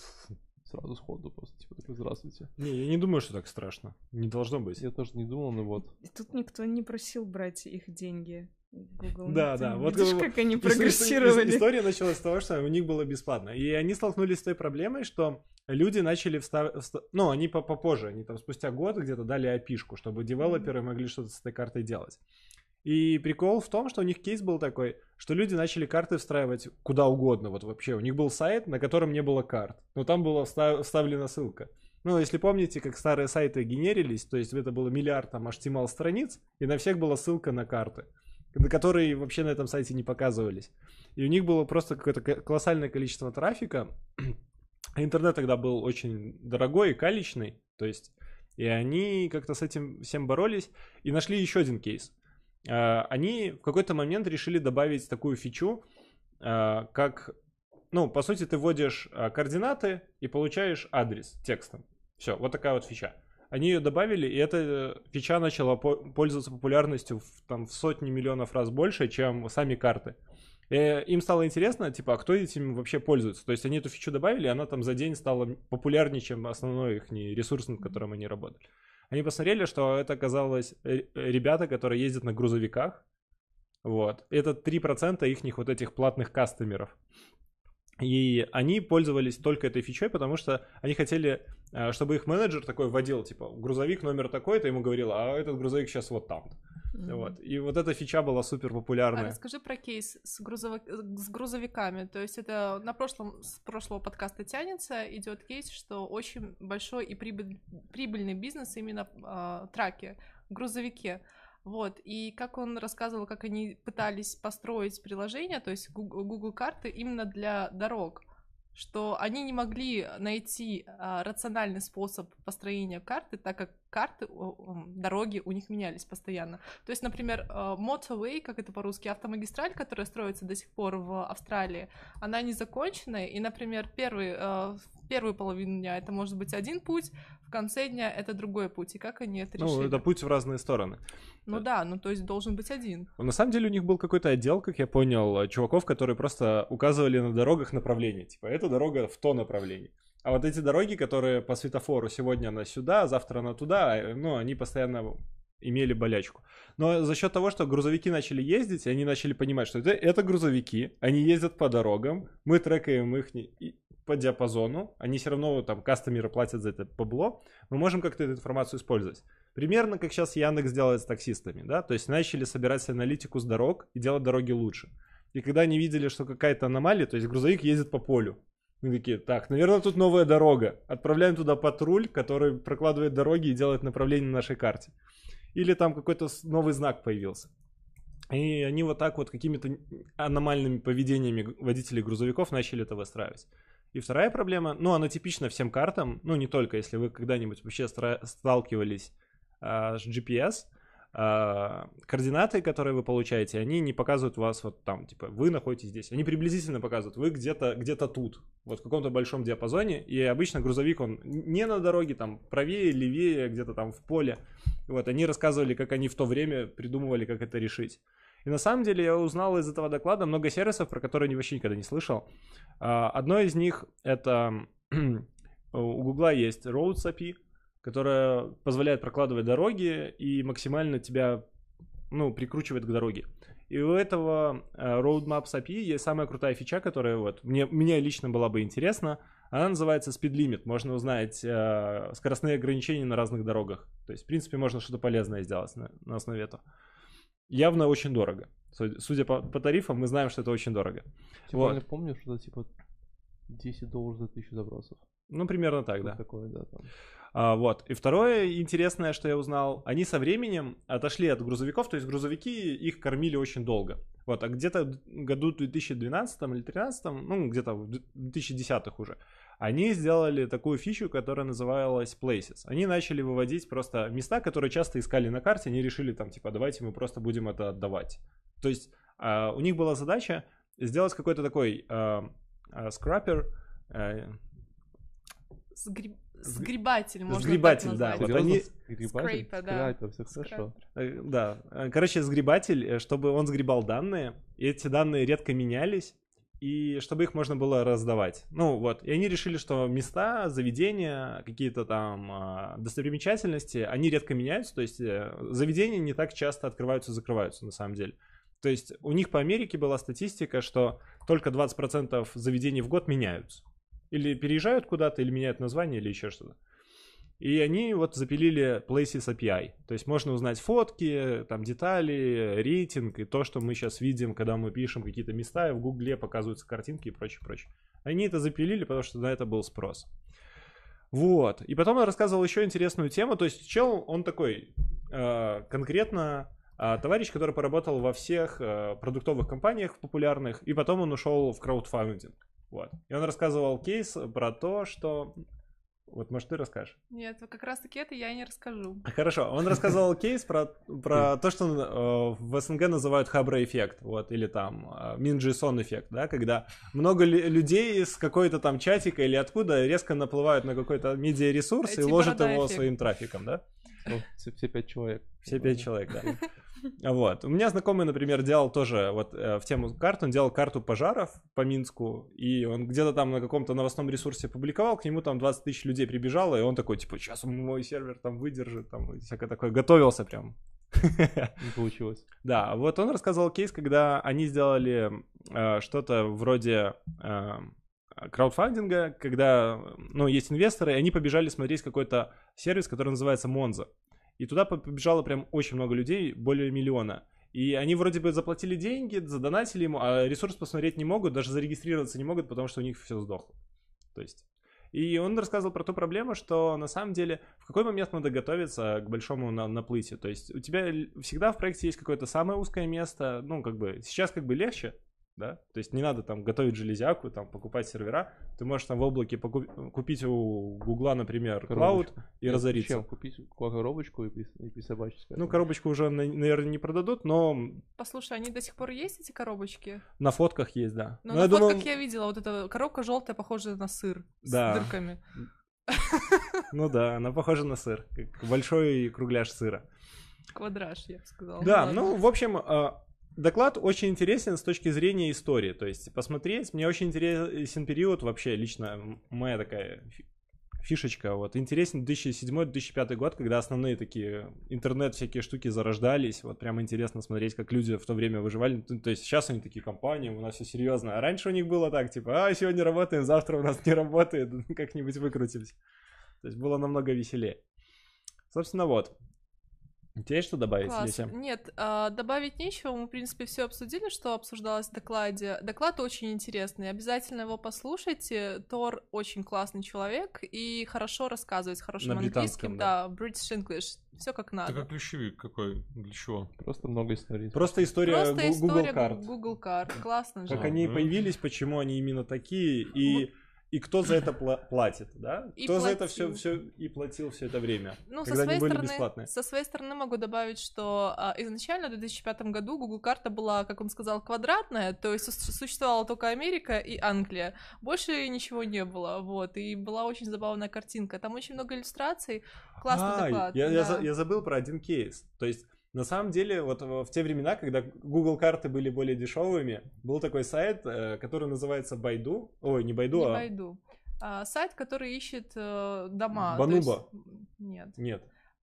Сразу сходу просто, типа, такой, здравствуйте. Не, я не думаю, что так страшно. Не должно быть. Я тоже не думал, но вот. И тут никто не просил брать их деньги. Google. Да. Вот видишь, как они прогрессировали. История началась с того, что у них было бесплатно. И они столкнулись с той проблемой, что люди начали ну, они попозже, они там спустя год где-то дали API-шку, чтобы девелоперы могли что-то с этой картой делать. И прикол в том, что у них кейс был такой, что люди начали карты встраивать куда угодно. Вот вообще, у них был сайт, на котором не было карт, но там была вставлена ссылка. Ну, если помните, как старые сайты генерились, то есть это было миллиард там HTML страниц, и на всех была ссылка на карты, которые вообще на этом сайте не показывались. И у них было просто какое-то колоссальное количество трафика. Интернет тогда был очень дорогой и калечный, то есть, и они как-то с этим всем боролись и нашли еще один кейс. Они в какой-то момент решили добавить такую фичу, как, ну, по сути, ты вводишь координаты и получаешь адрес текстом. Все, вот такая вот фича. Они ее добавили, и эта фича начала пользоваться популярностью в сотни миллионов раз больше, чем сами карты. И им стало интересно, типа, а кто этим вообще пользуется? То есть они эту фичу добавили, и она там за день стала популярнее, чем основной их ресурс, над которым они работали. Они посмотрели, что это оказалось ребята, которые ездят на грузовиках. Вот. Это 3% их вот этих платных кастомеров. И они пользовались только этой фичой, потому что они хотели, чтобы их менеджер такой вводил, типа, грузовик номер такой-то, ему говорил, а этот грузовик сейчас вот там. Вот. И вот эта фича была супер популярная. А расскажи про кейс с грузовиками. То есть это с прошлого подкаста тянется, идет кейс, что очень большой и прибыльный бизнес именно в траке, в грузовике. Вот, и как он рассказывал, как они пытались построить приложение, то есть Google карты именно для дорог, что они не могли найти рациональный способ построения карты, так как дороги у них менялись постоянно. То есть, например, motorway, как это по-русски, автомагистраль, которая строится до сих пор в Австралии, она не законченная, и, например, первую половину дня это может быть один путь, в конце дня это другой путь, и как они это решили? Ну, это путь в разные стороны. Ну да, ну то есть должен быть один. На самом деле у них был какой-то отдел, как я понял, чуваков, которые просто указывали на дорогах направление. Типа, эта дорога в то направление. А вот эти дороги, которые по светофору, сегодня она сюда, завтра она туда, ну, они постоянно имели болячку. Но за счет того, что грузовики начали ездить, они начали понимать, что это грузовики, они ездят по дорогам, мы трекаем их по диапазону, они все равно, там, кастомеры платят за это бабло, мы можем как-то эту информацию использовать. Примерно как сейчас Яндекс делает с таксистами, да, то есть начали собирать аналитику с дорог и делать дороги лучше. И когда они видели, что какая-то аномалия, то есть грузовик ездит по полю, мы такие, так, наверное, тут новая дорога, отправляем туда патруль, который прокладывает дороги и делает направление на нашей карте. Или там какой-то новый знак появился. И они вот так вот какими-то аномальными поведениями водителей грузовиков начали это выстраивать. И вторая проблема, ну, она типична всем картам, ну, не только, если вы когда-нибудь вообще сталкивались с GPS, координаты, которые вы получаете, они не показывают вас вот там, типа, вы находитесь здесь. Они приблизительно показывают, вы где-то тут, вот в каком-то большом диапазоне, и обычно грузовик, он не на дороге, там, правее, левее, где-то там в поле. Вот, они рассказывали, как они в то время придумывали, как это решить. И на самом деле я узнал из этого доклада много сервисов, про которые я вообще никогда не слышал. Одно из них это у Гугла есть Roads API, которая позволяет прокладывать дороги и максимально тебя, ну, прикручивает к дороге. И у этого Road Maps API есть самая крутая фича, которая вот мне лично была бы интересна. Она называется Speed Limit. Можно узнать скоростные ограничения на разных дорогах. То есть, в принципе, можно что-то полезное сделать на основе этого. Явно очень дорого. Судя по тарифам, мы знаем, что это очень дорого. Типа, я помню, что это типа $10 за 1000 запросов. Ну, примерно так, да. Такое, да, там. Вот. И второе интересное, что я узнал, они со временем отошли от грузовиков, то есть грузовики их кормили очень долго. Вот, а где-то в году 2012 или 2013, ну, где-то в 2010-х уже, они сделали такую фичу, которая называлась Places. Они начали выводить просто места, которые часто искали на карте, они решили там, типа, давайте мы просто будем это отдавать. То есть у них была задача сделать какой-то такой скрапер, Сгребатель, можно сгребатель, так да. назвать. Вот они... Скрейпер, да. Все хорошо. Да. Короче, сгребатель, чтобы он сгребал данные, и эти данные редко менялись, и чтобы их можно было раздавать. Ну вот, и они решили, что места, заведения, какие-то там достопримечательности, они редко меняются, то есть заведения не так часто открываются и закрываются на самом деле. То есть у них по Америке была статистика, что только 20% заведений в год меняются. Или переезжают куда-то, или меняют название, или еще что-то. И они вот запилили Places API. То есть можно узнать фотки, там детали, рейтинг и то, что мы сейчас видим, когда мы пишем какие-то места, и в Гугле показываются картинки и прочее, прочее. Они это запилили, потому что на это был спрос. Вот. И потом он рассказывал еще интересную тему. То есть чел, он такой конкретно товарищ, который поработал во всех продуктовых компаниях популярных, и потом он ушел в краудфандинг. Вот. И он рассказывал кейс про то, что... Вот, может, ты расскажешь? Нет, как раз-таки это я и не расскажу. Хорошо. Он рассказывал кейс про то, что в СНГ называют хабра-эффект, вот, или там Минджейсон-эффект, да, когда много людей с какой-то там чатика или откуда резко наплывают на какой-то медиаресурс и ложат его своим трафиком, да? Все 5 человек. Все 5 человек, да. Вот. У меня знакомый, например, делал тоже вот в тему карт, он делал карту пожаров по Минску, и он где-то там на каком-то новостном ресурсе публиковал, к нему там 20 тысяч людей прибежало, и он такой, типа, сейчас мой сервер там выдержит, там, и всякое такое, готовился прям. Не получилось. Да, вот он рассказывал кейс, когда они сделали что-то вроде краудфандинга, когда, ну, есть инвесторы, и они побежали смотреть какой-то сервис, который называется Monzo. И туда побежало прям очень много людей, более 1 миллиона. И они вроде бы заплатили деньги, задонатили ему, а ресурс посмотреть не могут, даже зарегистрироваться не могут, потому что у них все сдохло. То есть... И он рассказывал про ту проблему, что на самом деле в какой момент надо готовиться к большому наплытию. То есть у тебя всегда в проекте есть какое-то самое узкое место, ну, как бы, сейчас как бы легче, да, то есть не надо там готовить железяку, там покупать сервера, ты можешь там в облаке купить у Гугла, например, клауд и разориться. Зачем купить коробочку и присобачить? Ну, коробочку уже, наверное, не продадут, но... Послушай, они до сих пор есть, эти коробочки? На фотках есть, да. Но на фотках я видела, вот эта коробка желтая, похожая на сыр, да, с дырками. Ну да, она похожа на сыр, как большой кругляш сыра. Квадраж, я бы сказала. Да, ну, в общем... Доклад очень интересен с точки зрения истории, то есть посмотреть, мне очень интересен период вообще, лично моя такая фишечка, вот, интересен 2007-2005 год, когда основные такие интернет всякие штуки зарождались, вот, прям интересно смотреть, как люди в то время выживали, то есть сейчас они такие компании, у нас все серьезно, а раньше у них было так, типа, сегодня работаем, завтра у нас не работает, как-нибудь выкрутимся, то есть было намного веселее. Собственно, вот. У тебя есть что добавить? Класс. Нет, добавить нечего. Мы, в принципе, все обсудили, что обсуждалось в докладе. Доклад очень интересный. Обязательно его послушайте. Тор очень классный человек и хорошо рассказывает с хорошим английским. Да, British English. Все как надо. Это как ключевик какой? Для чего? Просто много историй. Просто история Google карт. Google карт. Классно же. Как они появились, почему они именно такие и кто за это платит, да? И кто платил. за это все и платил все это время, ну, когда они были бесплатные. Со своей стороны могу добавить, что изначально в 2005 году Google карта была, как он сказал, квадратная, то есть существовала только Америка и Англия. Больше ничего не было, вот. И была очень забавная картинка. Там очень много иллюстраций. Классный доклад. Я забыл про один кейс. То есть на самом деле, вот в те времена, когда Google карты были более дешевыми, был такой сайт, который называется Байду. Ой, не Байду, не Байду. Сайт, который ищет дома. Бануба. Нет. Нет.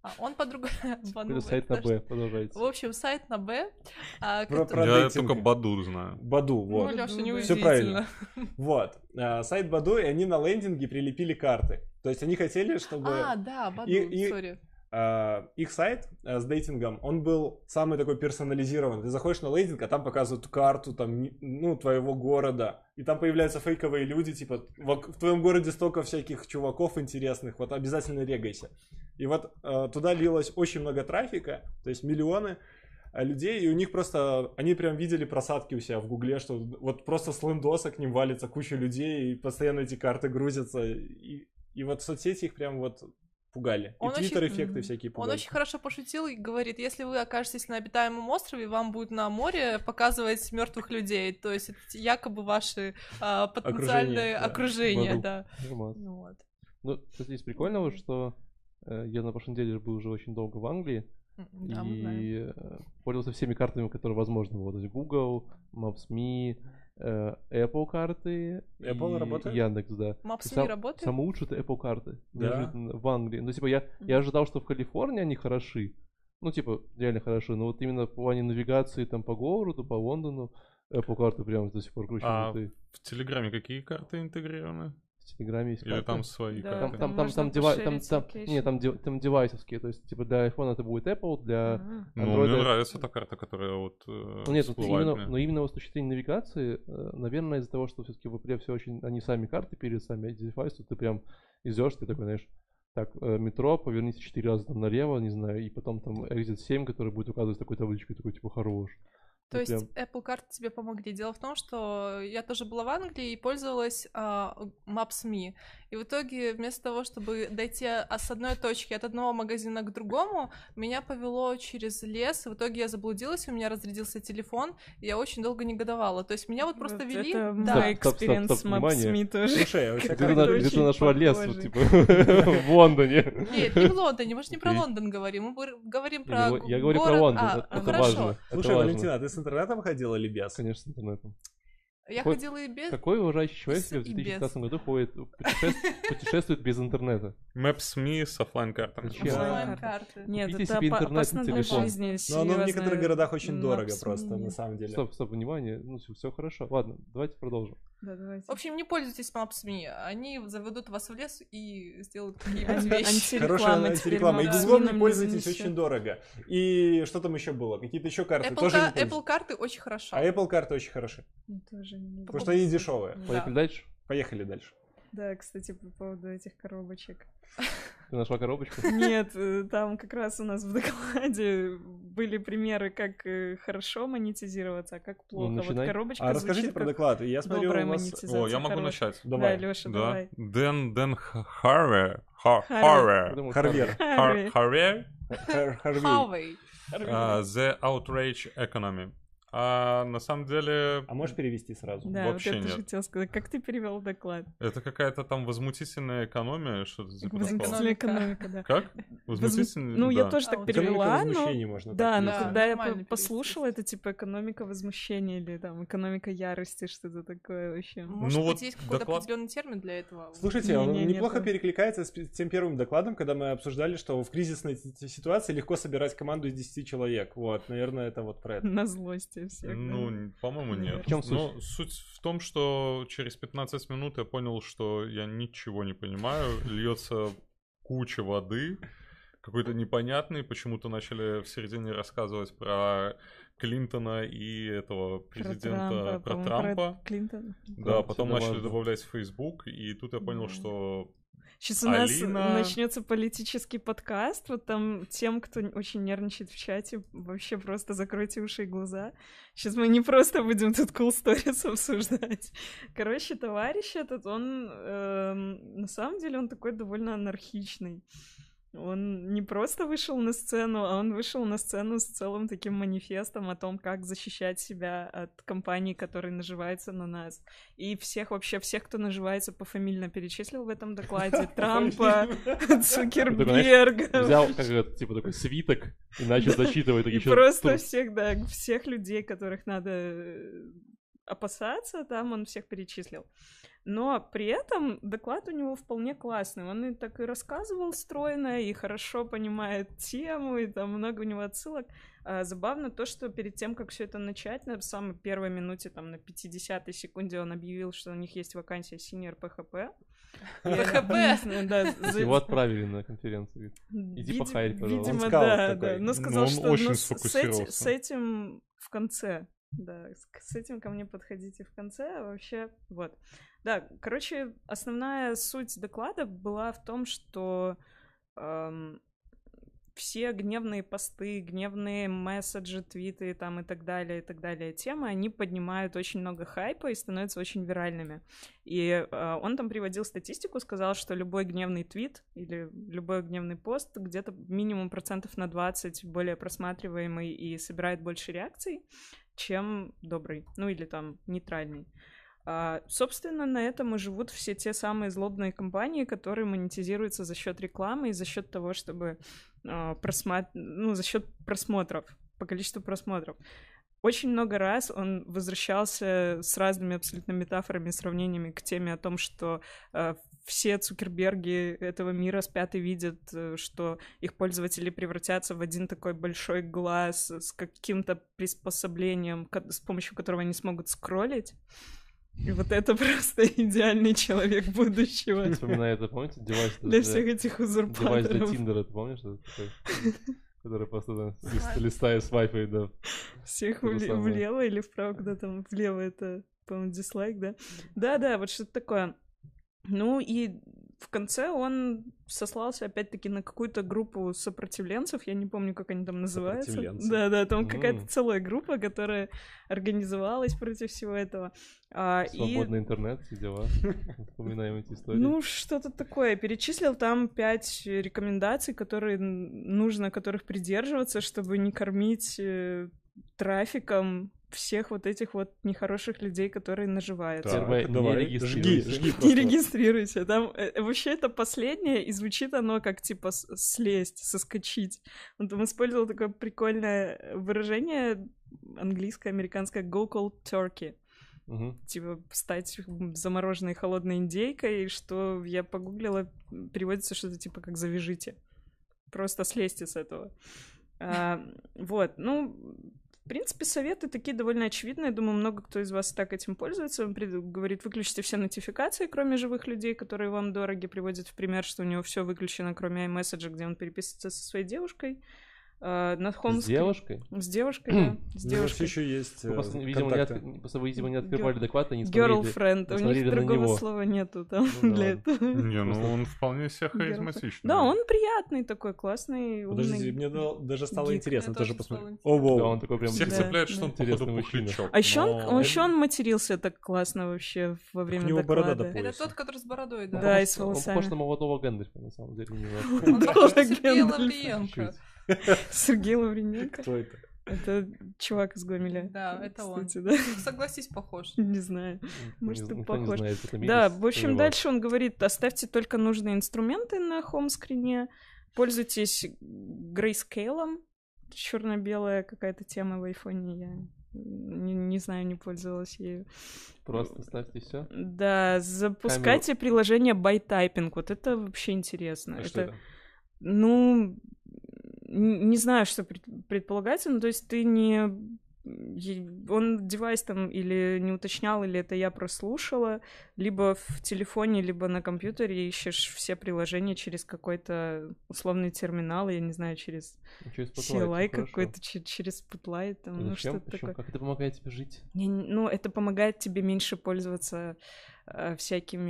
Он по-другому... Сайт на Б, продолжайте. В общем, сайт на Б. Я только Баду знаю. Баду, вот. Ну, Лёша, не все правильно. Вот. Сайт Баду, и они на лендинге прилепили карты. То есть они хотели, чтобы... Да, Баду, сори. Их сайт с дейтингом, он был самый такой персонализированный. Ты заходишь на лендинг, а там показывают карту там, твоего города. И там появляются фейковые люди, типа, в твоем городе столько всяких чуваков интересных, вот обязательно регайся. И вот туда лилось очень много трафика, то есть миллионы людей, и у них просто, они прям видели просадки у себя в Гугле, что вот просто с лендоса к ним валится куча людей, и постоянно эти карты грузятся. И вот соцсети их прям вот... пугали. И твиттер-эффекты всякие пугали. Он очень хорошо пошутил и говорит, если вы окажетесь на обитаемом острове, вам будет на море показывать мертвых людей. То есть это якобы ваши потенциальные окружения. Да. Ну, кстати, из прикольного, что я на прошлой неделе был уже очень долго в Англии, и пользовался всеми картами, которые возможны. Вот, то есть Google, Maps.me, Apple карты, Apple работает? Яндекс, да. Maps.me работает? Самые лучшие это Apple карты. Да. В Англии. Ну, типа, я ожидал, что в Калифорнии они хороши. Ну, типа, реально хороши. Но вот именно в плане навигации там по городу, по Лондону, Apple карты прям до сих пор круче. В Телеграме какие карты интегрированы? В Телеграме есть карты. Или там свои карты? Там девайсовские. То есть, типа, для iPhone это будет Apple, для Android... Ну, мне нравится та карта, которая вот но именно вот с точки зрения навигации, наверное, из-за того, что все-таки в Apple все очень... Они сами карты перед сами, эти девайсы, ты прям идешь, ты такой, знаешь, так, метро, поверните 4 раза там налево, не знаю, и потом там Exit 7, который будет указывать такой табличкой, такой, типа, хорош. То есть Apple карты тебе помогли. Дело в том, что я тоже была в Англии и пользовалась Maps.me. И в итоге вместо того, чтобы дойти с одной точки от одного магазина к другому, меня повело через лес. И в итоге я заблудилась, у меня разрядился телефон, и я очень долго негодовала. То есть меня вот просто вели... Это мой экспириенс с Maps.me тоже. Слушай, где ты нашла лес, типа, в Лондоне? Нет, не в Лондоне, мы же не про Лондон говорим. Мы говорим про город. Я говорю про Лондон, это важно. Слушай, Валентина, ты с интернетом ходила или без? Конечно, с интернетом. Я ходила и без. Какой уважающий человек в 2015 году путешествует без интернета? Maps.me с оффлайн-картами. Оффлайн-карты. Нет, это опасно для жизни. Но оно в некоторых городах очень дорого просто, на самом деле. Стоп, внимание. Ну, все хорошо. Ладно, давайте продолжим. Да, давайте. В общем, не пользуйтесь Maps.me. Они заведут вас в лес и сделают какие-нибудь вещи. Хорошая антиреклама. И Google не пользуйтесь, очень дорого. И что там еще было? Какие-то еще карты тоже не пользуйтесь. Apple карты очень хорошо. А Apple карты очень хороши. Тоже не... Потому что они дешевые. Поехали дальше? Поехали дальше. Да, кстати, по поводу этих коробочек. Ты нашла коробочку? Нет, там как раз у нас в докладе были примеры, как хорошо монетизироваться, а как плохо. Вот коробочка расскажите про доклад. Я смотрю, у вас... О, я могу начать. Давай. Да, Лёша, давай. Дэн Харвер. The Outrage Economy. На самом деле... А можешь перевести сразу? Да, вообще вот это нет. хотел сказать. Как ты перевел доклад? Это какая-то там возмутительная экономия, что-то за возмутительная экономика, да. Как? Возмутительная? Ну, я тоже так перевела, но... Да, но когда я послушала, это типа экономика возмущения или там экономика ярости, что-то такое вообще. Может быть, есть какой-то определенный термин для этого? Слушайте, он неплохо перекликается с тем первым докладом, когда мы обсуждали, что в кризисной ситуации легко собирать команду из 10 человек. Вот, наверное, это вот про это. На злости всех. Ну, по-моему, нет. В чем суть? Но суть в том, что через 15 минут я понял, что я ничего не понимаю. Льется куча воды, какой-то непонятный. Почему-то начали в середине рассказывать про Клинтона и этого президента, про Трампа. Клинтона. Да, потом начали добавлять в Facebook, и тут я понял, что... Сейчас у нас начнется политический подкаст. Вот там тем, кто очень нервничает в чате, вообще просто закройте уши и глаза. Сейчас мы не просто будем тут cool stories обсуждать. Короче, товарищ этот, он на самом деле он такой довольно анархичный. Он не просто вышел на сцену, а он вышел на сцену с целым таким манифестом о том, как защищать себя от компаний, которые наживаются на нас. И всех, кто наживается, пофамильно перечислил в этом докладе. Трампа, Цукерберга. Взял, типа, такой свиток и начал зачитывать. И просто всех людей, которых надо опасаться, там он всех перечислил. Но при этом доклад у него вполне классный. Он и так и рассказывал стройно, и хорошо понимает тему, и там много у него отсылок. Забавно то, что перед тем, как все это начать, на самой первой минуте, там, на 50-й секунде он объявил, что у них есть вакансия senior PHP. PHP! Да, его отправили на конференцию. Иди похайрь, пожалуйста. Видимо, да. Но сказал, что очень сфокусировался. с этим в конце. Да, с этим ко мне подходите в конце, а вообще, вот. Да, короче, основная суть доклада была в том, что все гневные посты, гневные месседжи, твиты там и так далее темы, они поднимают очень много хайпа и становятся очень виральными. И он там приводил статистику, сказал, что любой гневный твит или любой гневный пост где-то минимум процентов на 20 более просматриваемый и собирает больше реакций, чем добрый, ну или там нейтральный. Собственно, на этом и живут все те самые злобные компании, которые монетизируются за счет рекламы и за счет того, чтобы за счет просмотров, по количеству просмотров. Очень много раз он возвращался с разными абсолютно метафорами, сравнениями к теме о том, что все Цукерберги этого мира спят и видят, что их пользователи превратятся в один такой большой глаз с каким-то приспособлением, с помощью которого они смогут скроллить. И вот это просто идеальный человек будущего. Вспоминаю это, помните? Девайс для всех этих узурпаторов. Девайс для Тиндера, ты помнишь? Который просто листая, свайпает, да. Всех влево или вправо, куда там влево это, по-моему, дизлайк, да? Да, вот что-то такое. Ну и в конце он сослался опять-таки на какую-то группу сопротивленцев, я не помню, как они там называются. Да, там какая-то целая группа, которая организовалась против всего этого. Свободный интернет, все дела. Вспоминаем эти истории. Ну, что-то такое. Перечислил там 5 рекомендаций, которых придерживаться, чтобы не кормить трафиком всех вот этих вот нехороших людей, которые наживаются. Так, давай, жги. Не регистрируйся. Там вообще это последнее, и звучит оно как типа слезть, соскочить. Он там использовал такое прикольное выражение английское, американское go cold turkey. Типа стать замороженной холодной индейкой, что я погуглила, переводится что-то типа как завяжите. Просто слезьте с этого. Вот, ну... В принципе, советы такие довольно очевидные. Думаю, много кто из вас так этим пользуется. Он говорит, выключите все нотификации, кроме живых людей, которые вам дороги. Приводит в пример, что у него все выключено, кроме iMessage, где он переписывается со своей девушкой. На С девушкой? С девушкой, да. С девушкой. Еще есть Просто, видимо, не открывали доклад, они смотрели Girlfriend. У них другого слова нету там для этого. Не, ну он вполне себе харизматичный. Да, он приятный такой, классный, умный. Подождите, мне даже стало интересно тоже посмотреть. Да, он такой прям... Всех цепляет, что он походу пухлячок. А еще он матерился так классно вообще во время доклада. Это тот, который с бородой, да? Да, и с волосами. Он похож на молодого Гэндальфа, на самом деле. Он похож на Сергея Лавриенко. Сергей Лавриненко? Кто это? Это чувак из Гомеля. Да, это кстати, он. Да? Согласись, похож. Не знаю. Может, ты похож. Знает, да, в общем, дальше он говорит, оставьте только нужные инструменты на хоум-скрине, пользуйтесь грейскейлом, черно-белая какая-то тема в айфоне, я не знаю, не пользовалась ею. Просто ставьте все. Да, запускайте приложение ByTyping, вот это вообще интересно. Это... Ну, не знаю, что предполагается, но то есть ты не... Он девайс там или не уточнял, или это я прослушала, либо в телефоне, либо на компьютере ищешь все приложения через какой-то условный терминал, я не знаю, через CLI какой-то, через Spotlight, там, ну что-то такое. Как это помогает тебе жить? Ну, это помогает тебе меньше пользоваться всяким,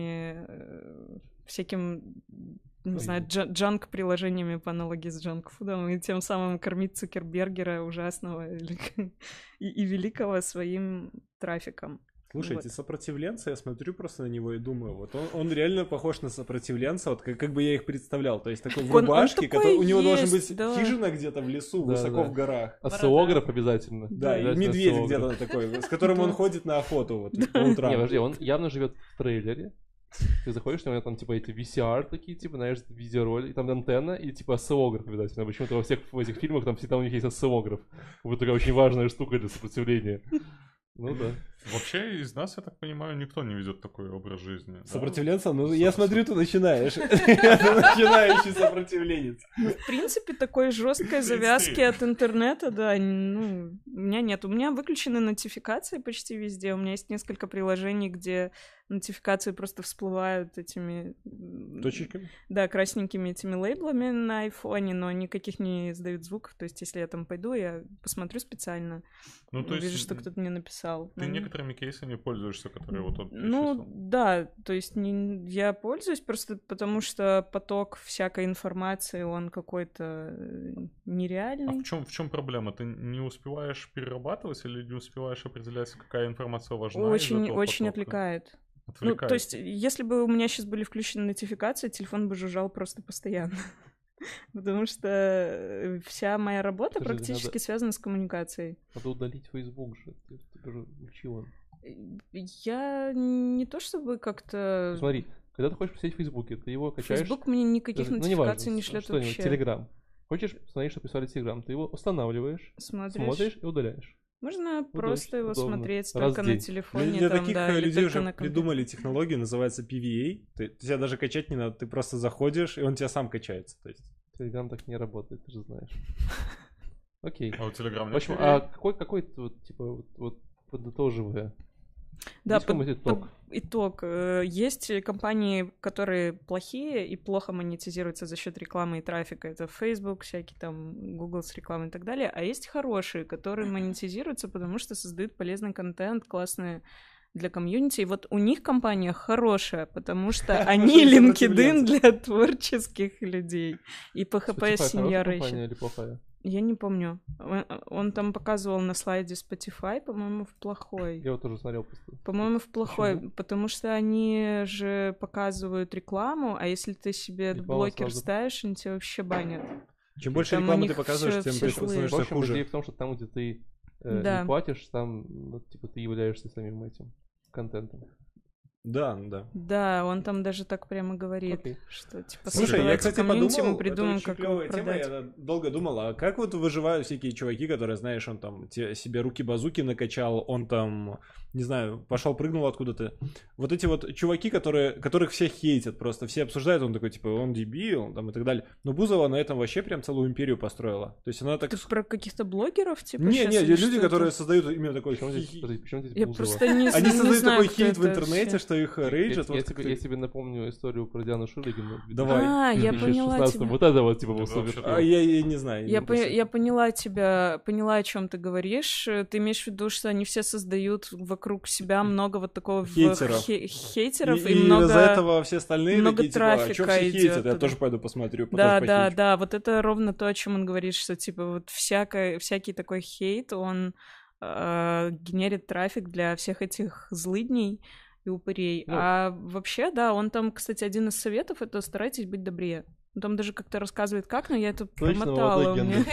не знаю, джанк-приложениями по аналогии с джанк-фудом, и тем самым кормить Цукербергера ужасного и великого своим трафиком. Слушайте, сопротивленца, я смотрю просто на него и думаю, вот он реально похож на сопротивленца, вот как бы я их представлял, то есть такой в рубашке, у него должен быть хижина где-то в лесу, высоко в горах. Осциллограф обязательно. Да, и медведь где-то такой, с которым он ходит на охоту вот по утрам. Не, подожди, он явно живет в трейлере. Ты заходишь, у него там, типа, эти VCR такие, типа, знаешь, видеоролик, и там антенна, и, типа, осциллограф обязательно. Почему-то во всех этих фильмах там всегда у них есть осциллограф. Вот такая очень важная штука для сопротивления. Ну да. Вообще из нас, я так понимаю, никто не ведет такой образ жизни. Сопротивляться? Ну, я смотрю, ты начинаешь. Ты начинающий сопротивленец. В принципе, такой жесткой завязки от интернета, да, ну, у меня нет. У меня выключены нотификации почти везде. У меня есть несколько приложений, где нотификации просто всплывают этими... Точечками? Да, красненькими этими лейблами на айфоне, но никаких не издают звуков. То есть, если я там пойду, я посмотрю специально, ну, то вижу, есть что кто-то мне написал. Ты некоторыми кейсами пользуешься, которые вот он Ну, перечислил? да, то есть я пользуюсь просто потому, что поток всякой информации, он какой-то нереальный. А в чем проблема? Ты не успеваешь перерабатывать или не успеваешь определять, какая информация важна? Очень отвлекает. Ну, то есть, если бы у меня сейчас были включены нотификации, телефон бы жужжал просто постоянно. Потому что вся моя работа практически связана с коммуникацией. Надо удалить Facebook же. Ты же учила. Я не то чтобы как-то... Смотри, когда ты хочешь посмотреть в Фейсбуке, ты его качаешь... Facebook мне никаких нотификаций не шлет вообще. Телеграм. Хочешь посмотреть, что писали Телеграм, ты его устанавливаешь, смотришь и удаляешь. Можно просто его смотреть только на телефоне. Для таких людей уже придумали технологию, называется PVA. Тебе даже качать не надо, ты просто заходишь, и он тебя сам качается. Телеграм так не работает, ты же знаешь. Окей. А у Телеграм нет? А какой типа, вот подытоживая? Да, итог. Есть компании, которые плохие и плохо монетизируются за счет рекламы и трафика. Это Facebook, всякие там Google с рекламой и так далее. А есть хорошие, которые монетизируются, потому что создают полезный контент, классные для комьюнити. И вот у них компания хорошая, потому что они LinkedIn для творческих людей. И PHP Senior компания или плохая? Я не помню. Он там показывал на слайде Spotify, по-моему, в плохой. Я его тоже смотрел просто. По-моему, в плохой, потому что они же показывают рекламу, а если ты себе блокер ставишь, они тебя вообще банят. Чем больше рекламы ты показываешь, тем ты становишься хуже. Идея в том, что там, где ты не платишь, там, типа, ты являешься самим этим контентом. Да. Да, он там даже так прямо говорит, что типа... Слушай, я, кстати, подумал, мы придумаем, это очень клевая тема, я долго думал, а как вот выживают всякие чуваки, которые, знаешь, он там себе руки-базуки накачал, он там, не знаю, пошел, прыгнул откуда-то. Вот эти вот чуваки, которых все хейтят просто, все обсуждают, он такой, типа, он дебил, там и так далее. Но Бузова на этом вообще прям целую империю построила. То есть она так... Ты про каких-то блогеров, типа? Не, люди, которые создают именно такой... Я просто не знаю, они создают такой хейт в интернете, что их рейджат. Я тебе напомню историю про Диану Шуригину. Давай. Я поняла тебя. Вот это вот, типа, был супер. Я не знаю. Я поняла тебя, поняла, о чем ты говоришь. Ты имеешь в виду, что они все создают вокруг себя много вот такого хейтеров и много... из-за этого все остальные много такие, типа, а что все хейтят? Я идет. тоже пойду посмотрю. Да, вот это ровно то, о чем он говорит, что, типа, вот всякий такой хейт, он генерит трафик для всех этих злыдней и упырей. А вообще, да, он там, кстати, один из советов — это старайтесь быть добрее. Он там даже как-то рассказывает, как, но я это промотала. У меня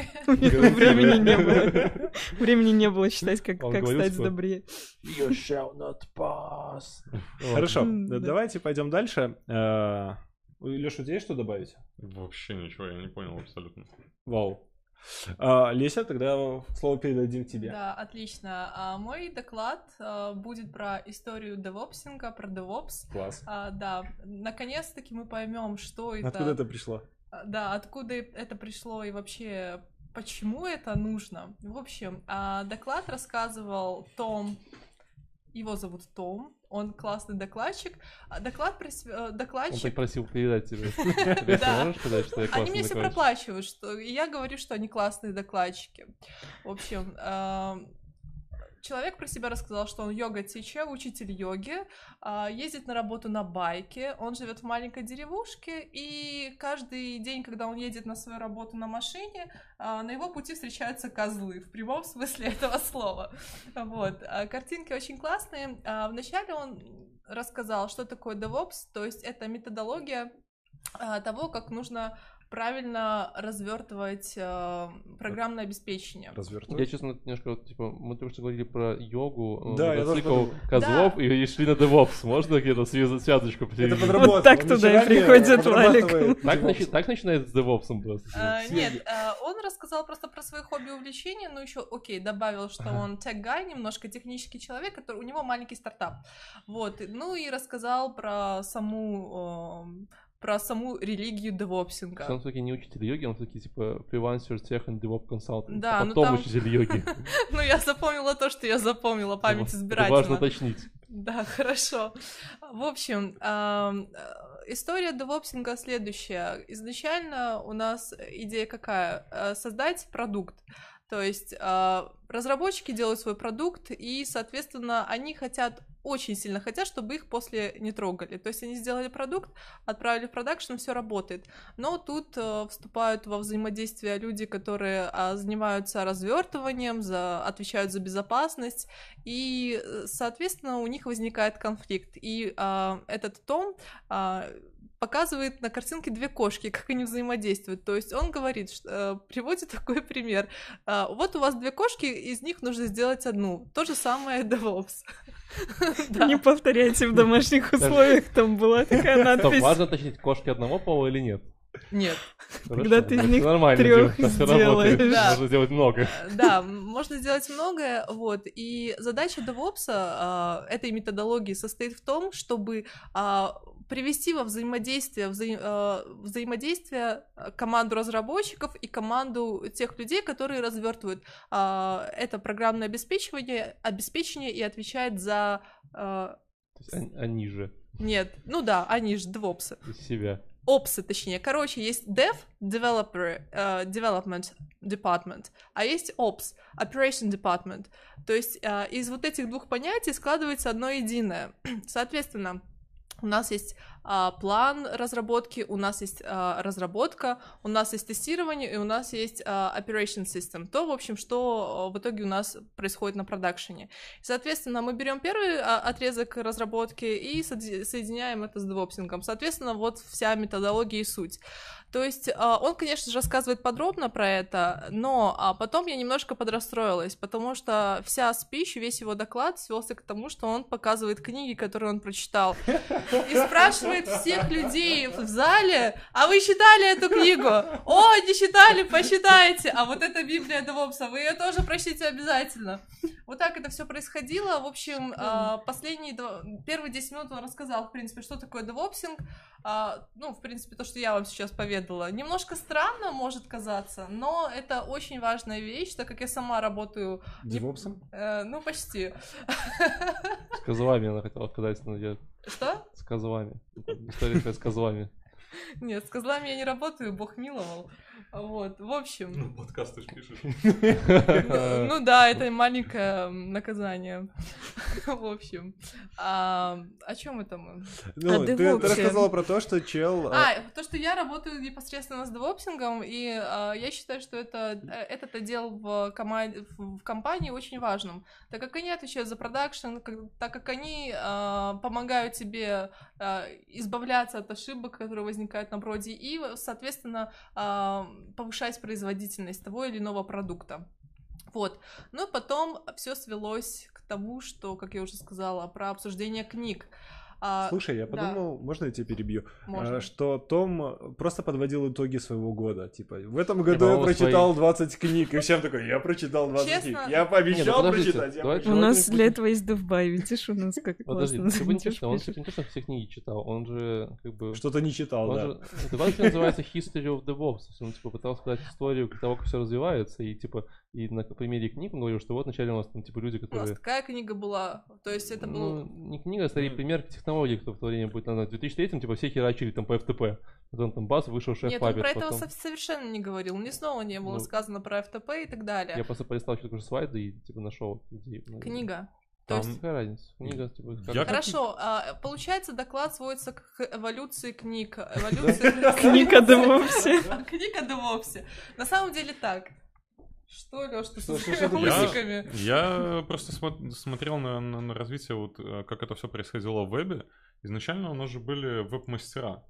времени не было читать, как стать добрее. You shall not pass. Хорошо, давайте пойдем дальше. Леша, у тебя есть что добавить? Вообще ничего, я не понял абсолютно. Вау. Леся, тогда слово передадим тебе. Да, отлично. Мой доклад будет про историю девопсинга, про DevOps. Класс. Да, наконец-таки мы поймем, что это... Откуда это пришло? Да, откуда это пришло и вообще почему это нужно. В общем, доклад рассказывал Том, его зовут Том, он классный докладчик. Докладчик... Он так просил передать тебе. Ты можешь сказать, что я классный докладчик? Они мне все проплачивают, и я говорю, что они классные докладчики. В общем, человек про себя рассказал, что он йога-тичер, учитель йоги, ездит на работу на байке, он живет в маленькой деревушке, и каждый день, когда он едет на свою работу на машине, на его пути встречаются козлы, в прямом смысле этого слова. Вот. Картинки очень классные. Вначале он рассказал, что такое DevOps, то есть это методология того, как нужно правильно развертывать программное обеспечение. Я, честно, немножко, типа, мы только что говорили про йогу, да, мотоцикл, козлов, и шли на DevOps. Можно где-то связочку? Это подработка. Вот так туда и приходит Валик. Так начинает с DevOps просто. Нет, он рассказал просто про свои хобби и увлечения, ну еще, окей, добавил, что он тег-гай, немножко технический человек, который, у него маленький стартап. Вот, ну и рассказал про саму религию девопсинга. Он все-таки не учитель йоги, он все-таки типа freelancer, тех and DevOps консалтинг. Да, а потом учитель йоги. Ну, я запомнила то, что я запомнила, память избирательно. Важно уточнить. Да, хорошо. В общем, история девопсинга следующая. Изначально у нас идея какая? Создать продукт. То есть разработчики делают свой продукт, и, соответственно, они очень сильно хотят, чтобы их после не трогали. То есть они сделали продукт, отправили в продакшн, все работает. Но тут вступают во взаимодействие люди, которые занимаются развертыванием, отвечают за безопасность, и, соответственно, у них возникает конфликт. И этот том показывает на картинке две кошки, как они взаимодействуют. То есть он говорит, приводит такой пример. Вот у вас две кошки, из них нужно сделать одну. То же самое DevOps. Не повторяйте в домашних условиях, там была такая надпись. Важно уточнить, кошки одного пола или нет? Нет. Когда ты из них 3 сделаешь. Можно сделать много. Да, можно сделать многое, вот. И задача DevOps этой методологии состоит в том, чтобы привести во взаимодействие команду разработчиков и команду тех людей, которые развертывают это программное обеспечение и отвечает за... То есть они же. Нет, ну да, они же, DevOps. Из себя. Опсы, точнее. Короче, есть Development Department, а есть Ops, Operation Department. То есть из вот этих двух понятий складывается одно единое. Соответственно, у нас есть план разработки, у нас есть разработка, у нас есть тестирование, и у нас есть operation system. То, в общем, что в итоге у нас происходит на продакшене. Соответственно, мы берем первый отрезок разработки и соединяем это с девопсингом. Соответственно, вот вся методология и суть. То есть он, конечно же, рассказывает подробно про это, но потом я немножко подрастроилась, потому что вся спич, весь его доклад свелся к тому, что он показывает книги, которые он прочитал, и спрашивает всех людей в зале: а вы читали эту книгу? О, не читали, почитайте. А вот эта Библия DevOps, вы ее тоже прочтите обязательно. Вот так это все происходило. В общем, первые 10 минут он рассказал, в принципе, что такое девопсинг. Ну, в принципе, то, что я вам сейчас поведала. Немножко странно может казаться, но это очень важная вещь, так как я сама работаю... Девопсом? Ну, почти. С козлами она хотела сказать, но я... Что? С козлами. История с козлами. Нет, с козлами я не работаю, бог миловал. Вот, в общем... Ну, подкасты ж пишешь. Ну да, это маленькое наказание. В общем, о чем это мы? Ну, ты рассказала про то, что чел... То, что я работаю непосредственно с девопсингом, и я считаю, что этот отдел в компании очень важным, так как они отвечают за продакшн, так как они помогают тебе избавляться от ошибок, которые возникают на проде, и, соответственно, повышать производительность того или иного продукта. Вот. Ну, потом все свелось к тому, что, как я уже сказала, про обсуждение книг. Слушай, я подумал, можно я тебя перебью? Можно. Что Том просто подводил итоги своего года. Типа, в этом году я прочитал 20 книг. И всем такой: я прочитал 20 книг. Я пообещал прочитать. У нас для этого есть Девбай, видишь, у нас как классно. Он же не то, что все книги читал, он же как бы... Что-то не читал, да. Это называется History of DevOps. Он типа пытался сказать историю того, как все развивается, и типа и на примере книг он говорил, что вот вначале у нас там типа люди, которые... У нас какая книга была? То есть это было... Ну, не книга, а скорее пример технологий, кто в то время будет, наверное, в 2003-м, типа все херачили там по FTP. Потом там бац, вышел шеф Puppet. Нет, он про это совершенно не говорил. Ни слова не было сказано про FTP и так далее. Я просто полистал что-то слайды и типа нашел идею. Книга. То есть... Какая разница? Книга, типа... Хорошо, получается, доклад сводится к эволюции книг. Книга Девопсе. Книга Девопсе. На самом деле так. Что, Лёш, ты со своими усиками? Я просто смотрел на развитие, вот как это все происходило в вебе. Изначально у нас же были веб-мастера,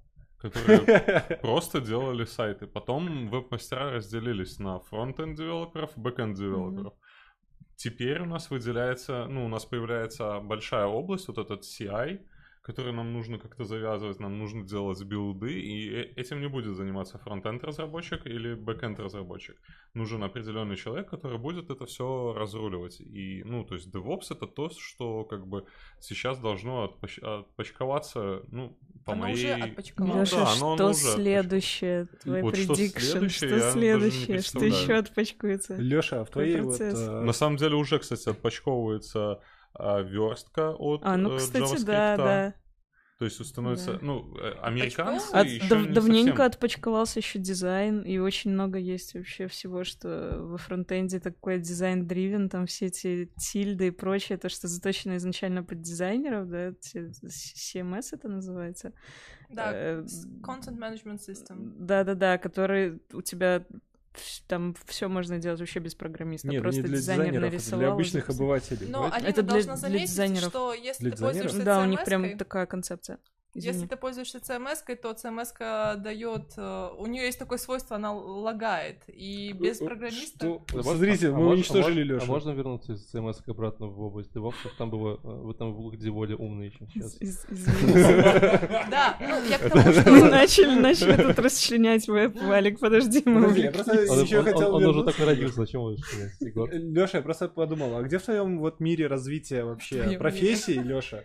которые просто делали сайты. Потом веб-мастера разделились на фронт-энд девелоперов и бэк-энд девелоперов. Теперь у нас выделяется, у нас появляется большая область, вот этот CI, который нам нужно как-то завязывать, нам нужно делать билды, и этим не будет заниматься фронт-энд разработчик или бэк-энд разработчик. Нужен определенный человек, который будет это все разруливать. И, то есть DevOps это то, что как бы сейчас должно отпочковаться, по оно моей... уже отпочковалось. Лёша, что следующее? Твой предикшн? Что следующее? Что еще отпочкуется? Лёша, в твоей На самом деле уже, кстати, отпочковывается верстка от кстати, JavaScript. Да. То есть становится, американцы давненько отпочковался еще дизайн, и очень много есть вообще всего, что во фронтенде такой дизайн-дривен, там все эти тильды и прочее, то, что заточено изначально под дизайнеров, да, CMS это называется. Да, Content Management System. Да, который у тебя... Там все можно делать вообще без программиста. Нет, просто не для дизайнер дизайнеров, нарисовал. для обычных обывателей. Но Алина это должна заметить, что если ты пользуешься CMS-кой... Да, у них прям такая концепция. Извини. Если ты пользуешься CMS-кой, то CMS-ка дает... У нее есть такое свойство, она лагает. И без программиста... Смотрите, мы уничтожили Лёшу. А можно вернуться из CMS обратно в область DevOps, чтобы там было... Вы там были более умные, чем сейчас. Извините. Да, я к тому, что... Мы начали тут расчленять веб. Валик, подожди, я просто еще хотел... Он уже так и родился, зачем его расчленять, Егор? Лёша, я просто подумал, а где в твоем мире развития вообще профессии, Лёша,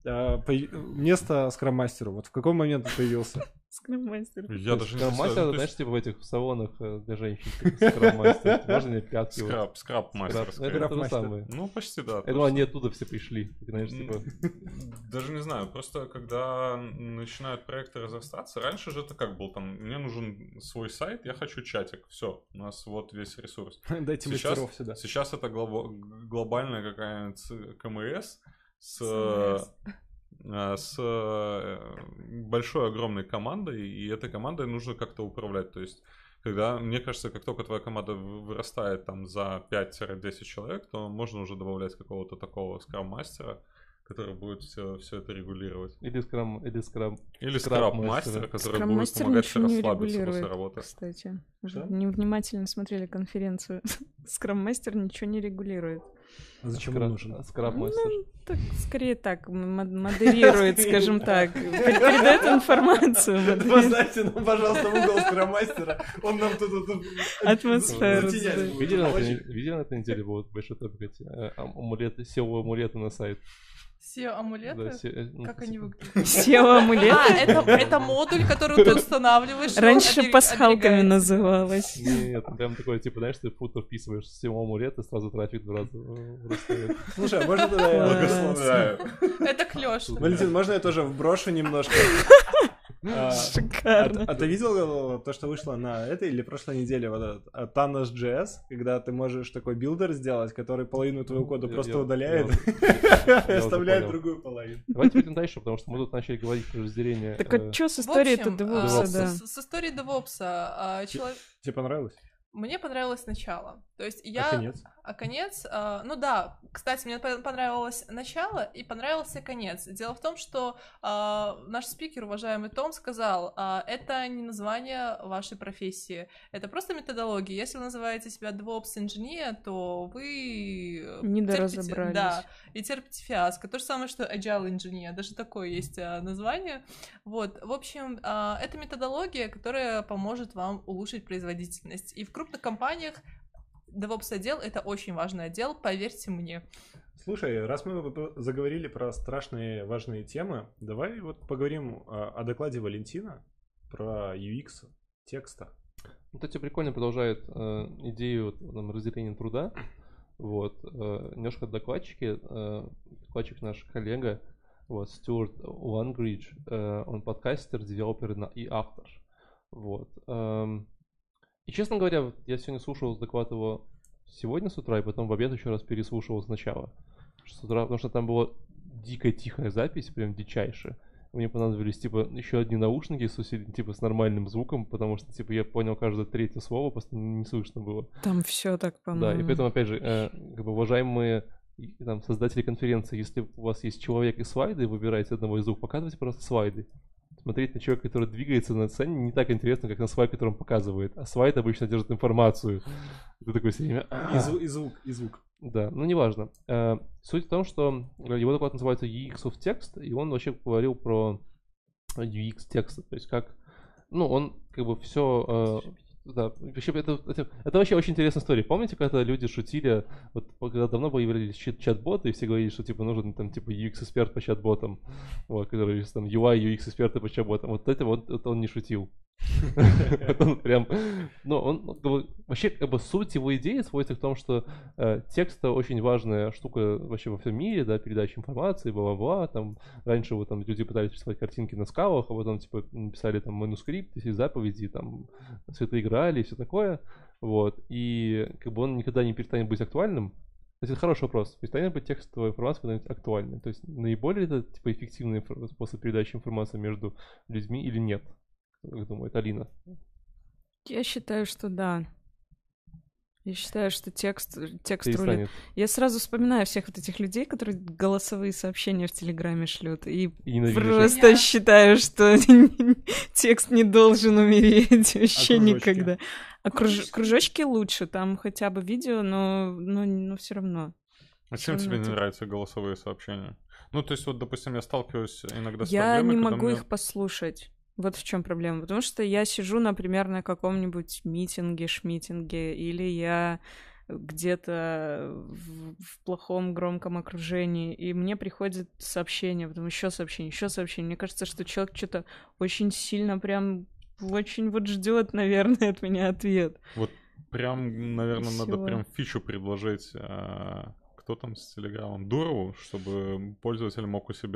место скрам-мастеру? Вот в какой момент он появился? Скрам-мастер. Я даже не знаю. Скрам-мастер, знаешь, типа в этих салонах для женщин. Скрам-мастер. Можно мне пятки? Скраб-мастер. Это то самое. Ну, почти, да. Я думаю, они оттуда все пришли. Знаешь, типа... Даже не знаю. Просто когда начинают проекты разрастаться, раньше же это как был там, мне нужен свой сайт, я хочу чатик. Все, у нас вот весь ресурс. Дайте мастеров сюда. Сейчас это глобальная какая-нибудь КМС, с большой огромной командой, и этой командой нужно как-то управлять. То есть, мне кажется, как только твоя команда вырастает там за 5-10 человек, то можно уже добавлять какого-то такого скрам-мастера, который будет все это регулировать. Или скраб-мастера, который будет помогать расслабиться после работы. Кстати, невнимательно смотрели конференцию. Скрам-мастер ничего не регулирует. А зачем он нужен? Скраб-мастер. Так, скорее так, модерирует, скажем так, передает информацию. Поставьте нам, пожалуйста, в угол скрам-мастера, он нам тут атмосферу. Видели на этой неделе вот большой топик амулеты, SEO-амулеты на сайт? SEO-амулеты? Как они выглядят? SEO-амулеты? Это модуль, который ты устанавливаешь. Раньше пасхалками называлось. Нет, прям такое, типа, знаешь, ты в фото вписываешь SEO-амулет, и сразу трафик в раз растает. Слушай, а можно тогда я благословляю? Это клёш. Валентин, можно я тоже вброшу немножко? Шикарно. А ты видел то, что вышло на этой или прошлой неделе, вот этот Thanos.js, когда ты можешь такой билдер сделать, который половину твоего кода просто удаляет и оставляет другую половину? Давайте пойдем дальше, потому что мы тут начали говорить про разделение. Так а что с историей-то DevOps, да? С историей DevOps. Тебе понравилось? Мне понравилось начало. То есть конец? Ну да, кстати, мне понравилось начало и понравился конец. Дело в том, что наш спикер, уважаемый Том, сказал, это не название вашей профессии, это просто методология. Если вы называете себя DevOps Engineer, то вы недоразобрались. Да, и терпите фиаско. То же самое, что Agile Engineer, даже такое есть название. Вот, в общем, это методология, которая поможет вам улучшить производительность. И в крупных компаниях DevOps-отдел — это очень важный отдел, поверьте мне. Слушай, раз мы заговорили про страшные важные темы, давай вот поговорим о докладе Валентина про UX текста. Вот эти прикольно продолжает идею разделения труда. Вот, немножко докладчик наш коллега, вот, Стюарт Лангридж, он подкастер, девелопер и автор. Вот. И, честно говоря, я сегодня слушал доклад его сегодня с утра, и потом в обед еще раз переслушивал сначала. С утра, потому что там была дико тихая запись, прям дичайшая. Мне понадобились, типа, еще одни наушники с нормальным звуком, потому что, типа, я понял каждое третье слово, просто не слышно было. Там все так, по-моему. Да, и поэтому, опять же, уважаемые там, создатели конференции, если у вас есть человек и слайды, выбирайте одного из двух, показывайте просто слайды. смотреть на человека, который двигается на сцене, не так интересно, как на слайд, который он показывает. А слайд обычно держит информацию. Ты такой все время... И звук. Да, ну неважно. Суть в том, что его доклад называется UX of Text, и он вообще говорил про UX текста. То есть как... Ну, он как бы все... Да, вообще, это вообще очень интересная история. Помните, когда люди шутили, вот когда давно появились чат-боты, и все говорили, что типа нужен там типа UX-эксперт по чат-ботам, вот, который там UI, UX-эксперты по чат-ботам. Вот это он не шутил. Он прям, ну, он вообще как бы суть его идеи сводится к тому, что текст — это очень важная штука вообще во всем мире, да, передача информации, бла-бла-бла. Там раньше вот там люди пытались рисовать картинки на скалах, а потом типа написали там манускрипт, если заповеди, там святые граали и все такое. Вот. И как бы он никогда не перестанет быть актуальным. То есть это хороший вопрос. Перестанет быть текстовая информация когда-нибудь актуальной? То есть наиболее это типа эффективный способ передачи информации между людьми или нет? Как думает Алина? Я считаю, что да. Я считаю, что текст рулит. Я сразу вспоминаю всех вот этих людей, которые голосовые сообщения в Телеграме шлют. И просто считаю, что текст не должен умереть вообще никогда. А кружочки лучше, там хотя бы видео, но все равно. А чем тебе не нравятся голосовые сообщения? Ну, то есть, вот, допустим, я сталкиваюсь иногда с проблемой, я не могу их послушать. Вот в чем проблема. Потому что я сижу, например, на каком-нибудь шмитинге, или я где-то в плохом громком окружении, и мне приходит сообщение, потом еще сообщение. Мне кажется, что человек что-то очень сильно прям очень вот ждет, наверное, от меня ответ. Вот прям, наверное, надо прям фичу предложить. Кто там с Телеграмом? Дурову, чтобы пользователь мог у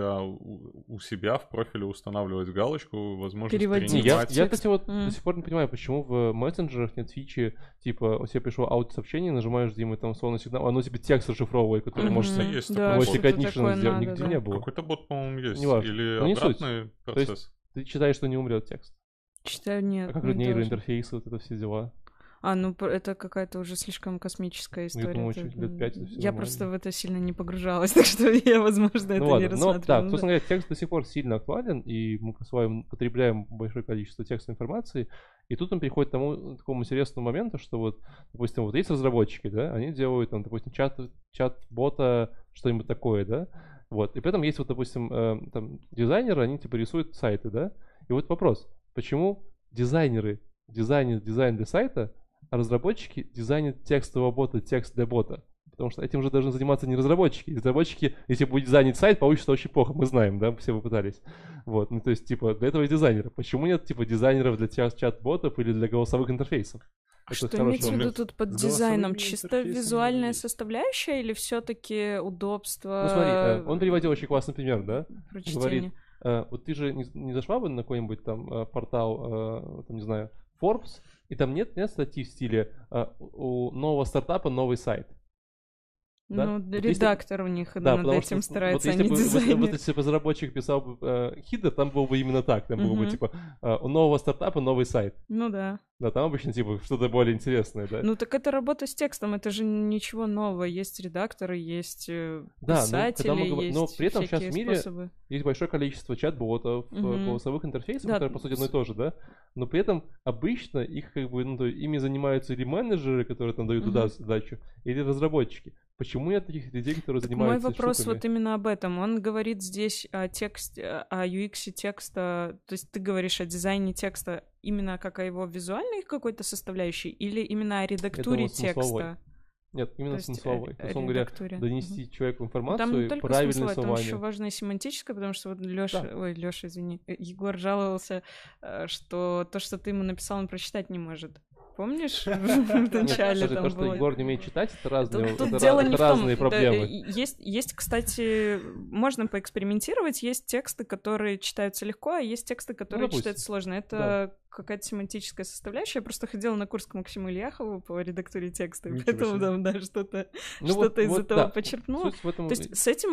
себя в профиле устанавливать галочку, возможность переводить. Я, кстати, вот до сих пор не понимаю, почему в мессенджерах нет фичи, типа, у тебя пришло аудиосообщение, нажимаешь, где там условный сигнал, оно тебе текст расшифровывает, который может стекатнично сделать. Нигде не было. Какой-то бот, по-моему, есть. Неважно. Или обратный процесс. То есть ты считаешь, что не умрет текст? Считаю, нет. А как же нейроинтерфейсы, вот это все дела? Это какая-то уже слишком космическая история. Я думаю, чуть лет 5 это все Я просто в это сильно не погружалась, так что я, возможно, это не рассматривала. Да, собственно говоря, текст до сих пор сильно актуален, и мы с вами потребляем большое количество текстовой информации, и тут он переходит к такому интересному моменту, что вот, допустим, вот есть разработчики, да, они делают, там, допустим, чат-бота, что-нибудь такое, да, вот, и при этом есть вот, допустим, там, дизайнеры, они, типа, рисуют сайты, да, и вот вопрос, почему дизайнеры дизайн для сайта, а разработчики дизайнят текстового бота, текст для бота. Потому что этим же должны заниматься не разработчики. Разработчики, если будет дизайнить сайт, получится очень плохо. Мы знаем, да, все попытались. Вот, ну то есть, типа, для этого и дизайнеры. Почему нет, типа, дизайнеров для чат-ботов или для голосовых интерфейсов? Что имеется в виду тут под дизайном? Чисто визуальная составляющая или все-таки удобство? Ну смотри, он приводил очень классный пример, да? Говорит, вот ты же не зашла бы на какой-нибудь там портал, там, не знаю, Forbes, и там нет статьи в стиле у нового стартапа новый сайт. Да? Ну, вот редактор у них над этим старается, вот, а не дизайнер. Вот если бы разработчик писал хидер, там было бы именно так. Там было бы типа у нового стартапа новый сайт. Ну да. Да, там обычно типа что-то более интересное, да. Ну так это работа с текстом, это же ничего нового. Есть редакторы, есть писатели, есть но при этом сейчас в мире способы. Есть большое количество чат-ботов, голосовых интерфейсов, которые, по сути, одно и то же, да. Но при этом обычно их как бы, ими занимаются или менеджеры, которые там дают туда задачу, или разработчики. Почему нет таких людей, которые занимаются мой вопрос штуками? вот именно об этом. Он говорит здесь о тексте, о UX текста, то есть ты говоришь о дизайне текста именно как о его визуальной какой-то составляющей или именно о редактуре текста? Нет, именно смысловой. То есть, он говоря, донести человеку информацию, там правильное словами. Там еще важно и семантическое, потому что вот Лёша, извини, Егор жаловался, что то, что ты ему написал, он прочитать не может. Помнишь, в начале там то, что Егор не умеет читать, это разные проблемы. Есть, кстати, можно поэкспериментировать, есть тексты, которые читаются легко, а есть тексты, которые читаются сложно. Это какая-то семантическая составляющая. Я просто ходила на курс к Максиму Ильяхову по редактуре текста, и поэтому там, да, что-то из этого почерпнула. То есть с этим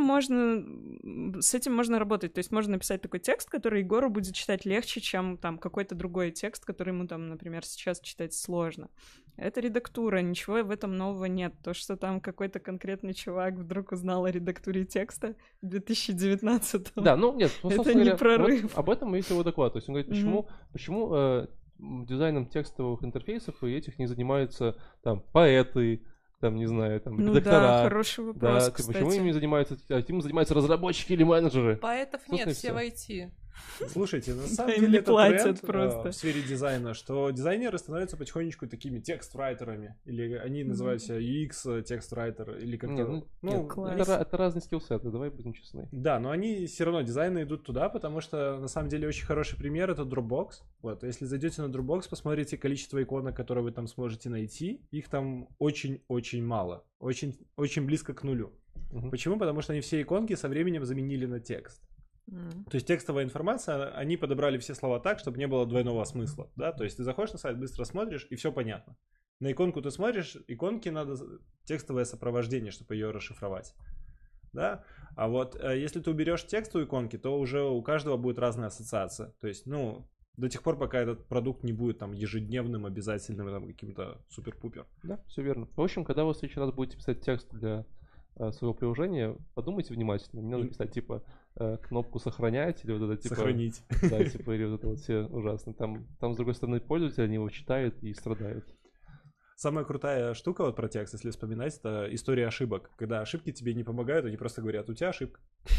можно работать. То есть можно написать такой текст, который Егору будет читать легче, чем там какой-то другой текст, который ему там, например, сейчас читать сложно. Это редактура, ничего в этом нового нет. То, что там какой-то конкретный чувак вдруг узнал о редактуре текста в 2019-м. Да, ну нет, это не прорыв. Вот об этом есть его доклад. То есть он говорит, почему дизайном текстовых интерфейсов и этих не занимаются там поэты, там, не знаю, там, редактора. Да, хороший вопрос, кстати. Почему ими занимаются разработчики или менеджеры? Поэтов нет, все в IT. Слушайте, на самом деле это тренд в сфере дизайна, что дизайнеры становятся потихонечку такими текст-райтерами, или они называют себя UX текст-райтер, или как-то... Это разные скиллсеты, давай будем честны. Да, но они все равно, дизайны идут туда, потому что на самом деле очень хороший пример — это Dropbox. Вот, если зайдете на Dropbox, посмотрите количество иконок, которые вы там сможете найти, их там очень-очень мало, очень близко к нулю. Почему? Потому что они все иконки со временем заменили на текст. То есть текстовая информация, они подобрали все слова так, чтобы не было двойного смысла, да, то есть ты заходишь на сайт, быстро смотришь, и все понятно. На иконку ты смотришь, иконке надо текстовое сопровождение, чтобы ее расшифровать, да, а вот если ты уберешь текст у иконки, то уже у каждого будет разная ассоциация, то есть, до тех пор, пока этот продукт не будет там ежедневным, обязательным, там, каким-то супер-пупер. Да, все верно. В общем, когда вы в следующий раз будете писать текст для своего приложения, подумайте внимательно. Не надо писать, типа, кнопку «Сохранять» или вот это, типа... «Сохранить». Да, типа, или вот это вот все ужасно. Там, с другой стороны, пользователи, они его читают и страдают. Самая крутая штука вот про текст, если вспоминать, это история ошибок. Когда ошибки тебе не помогают, они просто говорят: у тебя ошибка.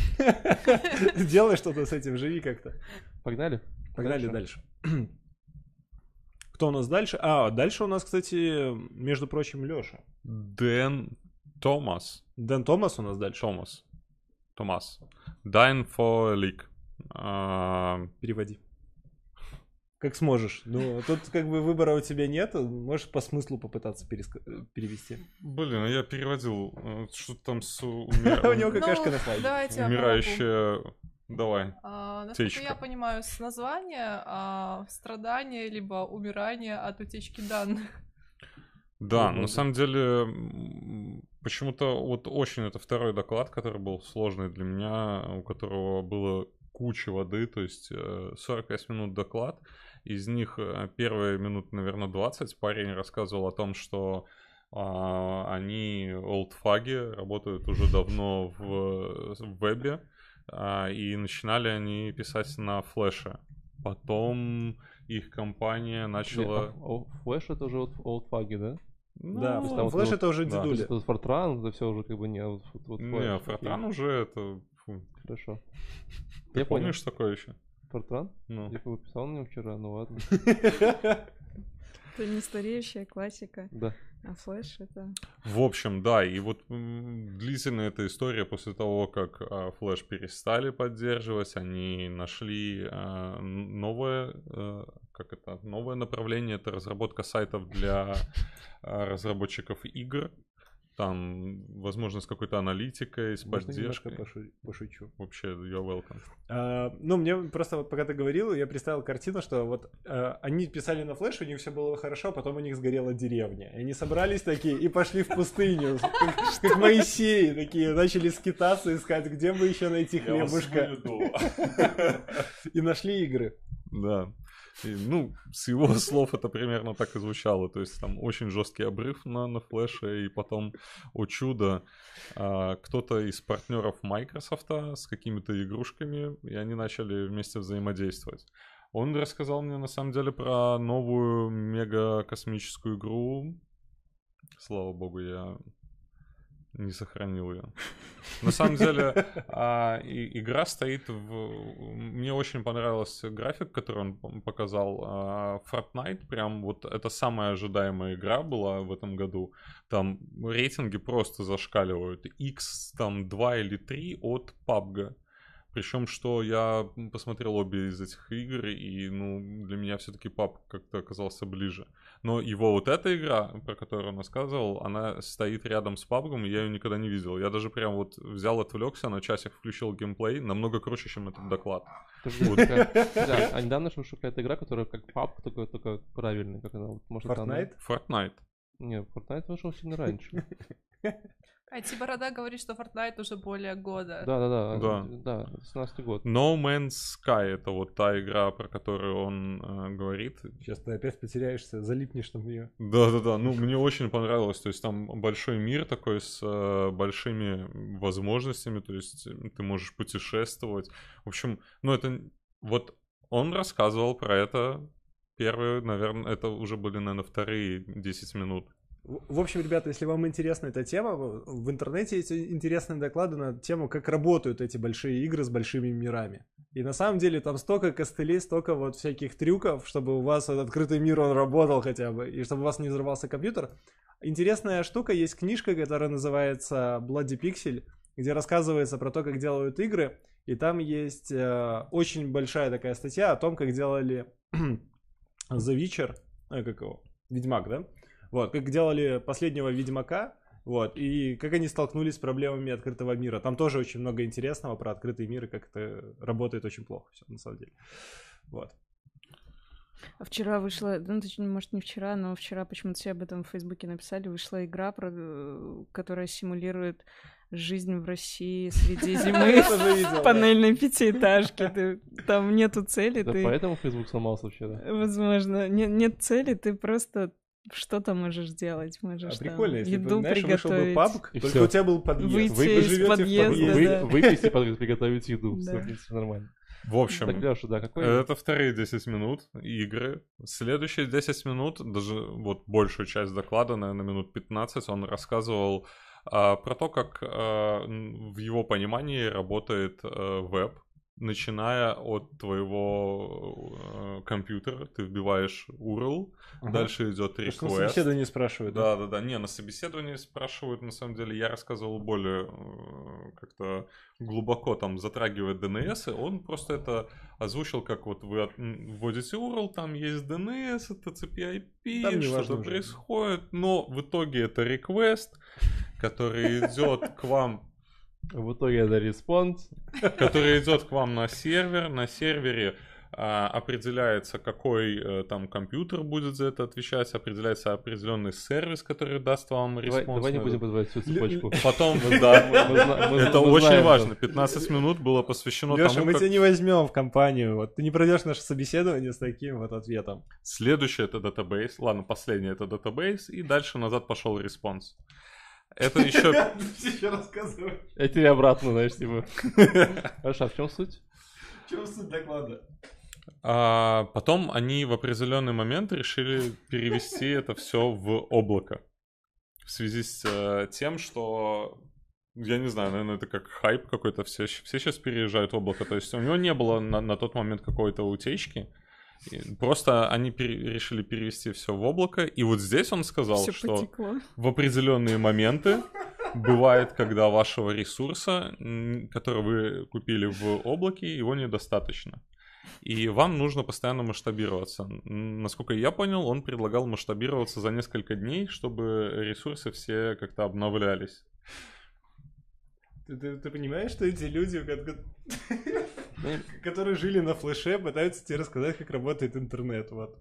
Делай что-то с этим, живи как-то. Погнали? Погнали дальше. Кто у нас дальше? Дальше у нас, кстати, между прочим, Лёша. Дэн Томас. Дэн Томас у нас дальше. Томас. Dyn for Leak. Переводи. Как сможешь. Тут как бы выбора у тебя нет. Можешь по смыслу попытаться перевести. Блин, я переводил. Что там с У него какашка на слайде. Умирающая... Давай. Насколько я понимаю, с названия страдания либо умирание от утечки данных. Да, на самом деле, почему-то вот очень это второй доклад, который был сложный для меня, у которого было куча воды, то есть 45 минут доклад, из них первые минут, наверное, 20 парень рассказывал о том, что они олдфаги, работают уже давно в вебе, и начинали они писать на флеше. Потом их компания начала... Флэш это уже олдфаги, да? Да, флэш это уже дедули. Это Fortran, это все уже как бы не... Не, Fortran уже это... Хорошо. Ты помнишь такое еще? Fortran? Я как бы писал на нем вчера, ну ладно. Это не стареющая классика. Да. А флэш это... В общем, да, и вот длительная эта история после того, как флэш перестали поддерживать, они нашли новое направление, это разработка сайтов для разработчиков игр. Там, возможно, с какой-то аналитикой, с поддержкой. Пошучу. Вообще, you're welcome. Мне просто, пока ты говорил, я представил картину, что вот они писали на флеш, у них все было хорошо, а потом у них сгорела деревня. И они собрались такие и пошли в пустыню, как Моисей, такие, начали скитаться, искать, где бы еще найти хлебушка. И нашли игры. Да. И, с его слов это примерно так и звучало. То есть там очень жесткий обрыв на флеше, и потом, о чудо, кто-то из партнеров Microsoft с какими-то игрушками, и они начали вместе взаимодействовать. Он рассказал мне на самом деле про новую мега-космическую игру. Слава богу, я не сохранил ее. На самом деле, игра стоит Мне очень понравился график, который он показал. Fortnite, прям вот это самая ожидаемая игра была в этом году. Там рейтинги просто зашкаливают. X там 2 или 3 от PUBG. Причем, что я посмотрел обе из этих игр, и, ну, для меня все-таки PUBG как-то оказался ближе. Но его вот эта игра, про которую он рассказывал, она стоит рядом с PUBG, и я ее никогда не видел. Я даже прям вот взял, отвлекся, на часик включил геймплей, намного круче, чем этот доклад. Да, а недавно вышла какая-то игра, которая как PUBG, только правильная. Как она, может, Fortnite? Fortnite. Не, Fortnite вышел сильно раньше. IT-борода говорит, что Fortnite уже более года. Да, 16-й год. No Man's Sky — это вот та игра, про которую он говорит. Сейчас ты опять потеряешься, залипнешь на нее. Да, ну мне очень понравилось, то есть там большой мир такой с большими возможностями, то есть ты можешь путешествовать. В общем, ну это вот он рассказывал про это первые, наверное, это уже были, наверное, вторые 10 минут. В общем, ребята, если вам интересна эта тема, в интернете есть интересные доклады на тему, как работают эти большие игры с большими мирами. И на самом деле там столько костылей, столько вот всяких трюков, чтобы у вас этот открытый мир, он работал хотя бы, и чтобы у вас не взорвался компьютер. Интересная штука, есть книжка, которая называется Bloody Pixel, где рассказывается про то, как делают игры, и там есть очень большая такая статья о том, как делали The Witcher, как его, Ведьмак, да? Вот, как делали последнего Ведьмака, вот, и как они столкнулись с проблемами открытого мира. Там тоже очень много интересного про открытый мир и как это работает очень плохо все на самом деле. Вот. А вчера вышла, ну, точнее, может, не вчера, но вчера почему-то все об этом в Фейсбуке написали, вышла игра, которая симулирует жизнь в России среди зимы в панельной пятиэтажке. Там нету цели. Да, поэтому Фейсбук сломался вообще, да? Возможно. Нет цели, ты просто... Что-то можешь делать, можешь прикольно, там, если еду бы, приготовить. Вышел бы PUBG, только у тебя был подъезд. Выйти из подъезда, выпить и приготовить еду, все нормально. В общем, так, Лёша, да, это вторые 10 минут игры. Следующие 10 минут, даже вот большую часть доклада, наверное, минут 15, он рассказывал про то, как в его понимании работает веб. Начиная от твоего компьютера, ты вбиваешь URL, дальше идет request. На собеседовании спрашивают. Да. Не, на собеседовании спрашивают, на самом деле, я рассказывал более как-то глубоко, там, затрагивает DNS, и он просто это озвучил, как вот вы вводите URL, там есть DNS, это TCP/IP, что-то происходит, но в итоге это request, который идет к вам. В итоге это респонс, который идет к вам на сервер. На сервере определяется, какой там компьютер будет за это отвечать, определяется определенный сервис, который даст вам респонс. Давай не будем подводить всю цепочку. Потом, да, это очень важно. 15 минут было посвящено тому, Лёша, мы тебя не возьмем в компанию. Вот ты не пройдешь наше собеседование с таким вот ответом. Следующее это датабейс. Ладно, последнее это датабейс, и дальше назад пошел респонс. Это еще... Ты еще рассказываешь. Я тебе обратно, знаешь, типа. Хорошо, а в чем суть? В чем суть доклада? Потом они в определенный момент решили перевести это все в облако. В связи с тем, что... Я не знаю, наверное, это как хайп какой-то. Все сейчас переезжают в облако. То есть у него не было на тот момент какой-то утечки. Просто они решили перевести все в облако. И вот здесь он сказал, всё что потекло. в определенные моменты бывает, когда вашего ресурса, который вы купили в облаке, его недостаточно. И вам нужно постоянно масштабироваться. Насколько я понял, он предлагал масштабироваться за несколько дней, чтобы ресурсы все как-то обновлялись. Ты понимаешь, что эти люди, которые жили на флеше, пытаются тебе рассказать, как работает интернет, вот.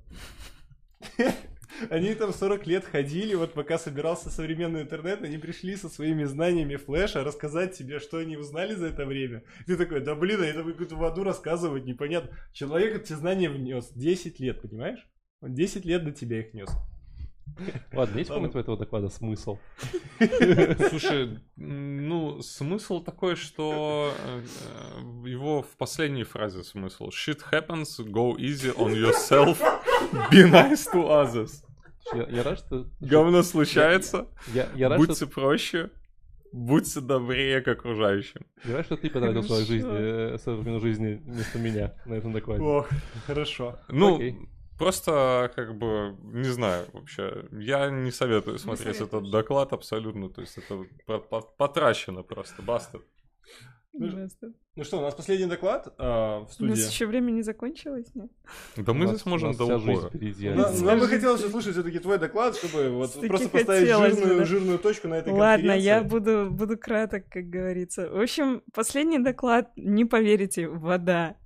Они там 40 лет ходили, вот пока собирался современный интернет, они пришли со своими знаниями флеша рассказать тебе, что они узнали за это время. Ты такой, да блин, это какую-то воду рассказывать, непонятно. Человек эти знания внес 10 лет, понимаешь? Он 10 лет до тебя их нес. Ладно, есть какой-то этого доклада смысл? Слушай, ну, смысл такой, что его в последней фразе смысл. Shit happens, go easy on yourself, be nice to others. Я рад, что... Говно случается, я рад, будьте проще, будьте добрее к окружающим. Я рад, что ты потратил свою жизнь вместо меня на этом докладе. Ох, хорошо. Ну... Просто, как бы, не знаю вообще, я не советую смотреть этот доклад абсолютно, то есть это потрачено просто, баста. Ну что, у нас последний доклад в студии. У нас еще время не закончилось, нет? Да мы здесь можем до упора. Нам бы хотелось услышать все-таки твой доклад, чтобы вот просто поставить жирную точку на этой конференции. Ладно, я буду краток, как говорится. В общем, последний доклад, не поверите, вода.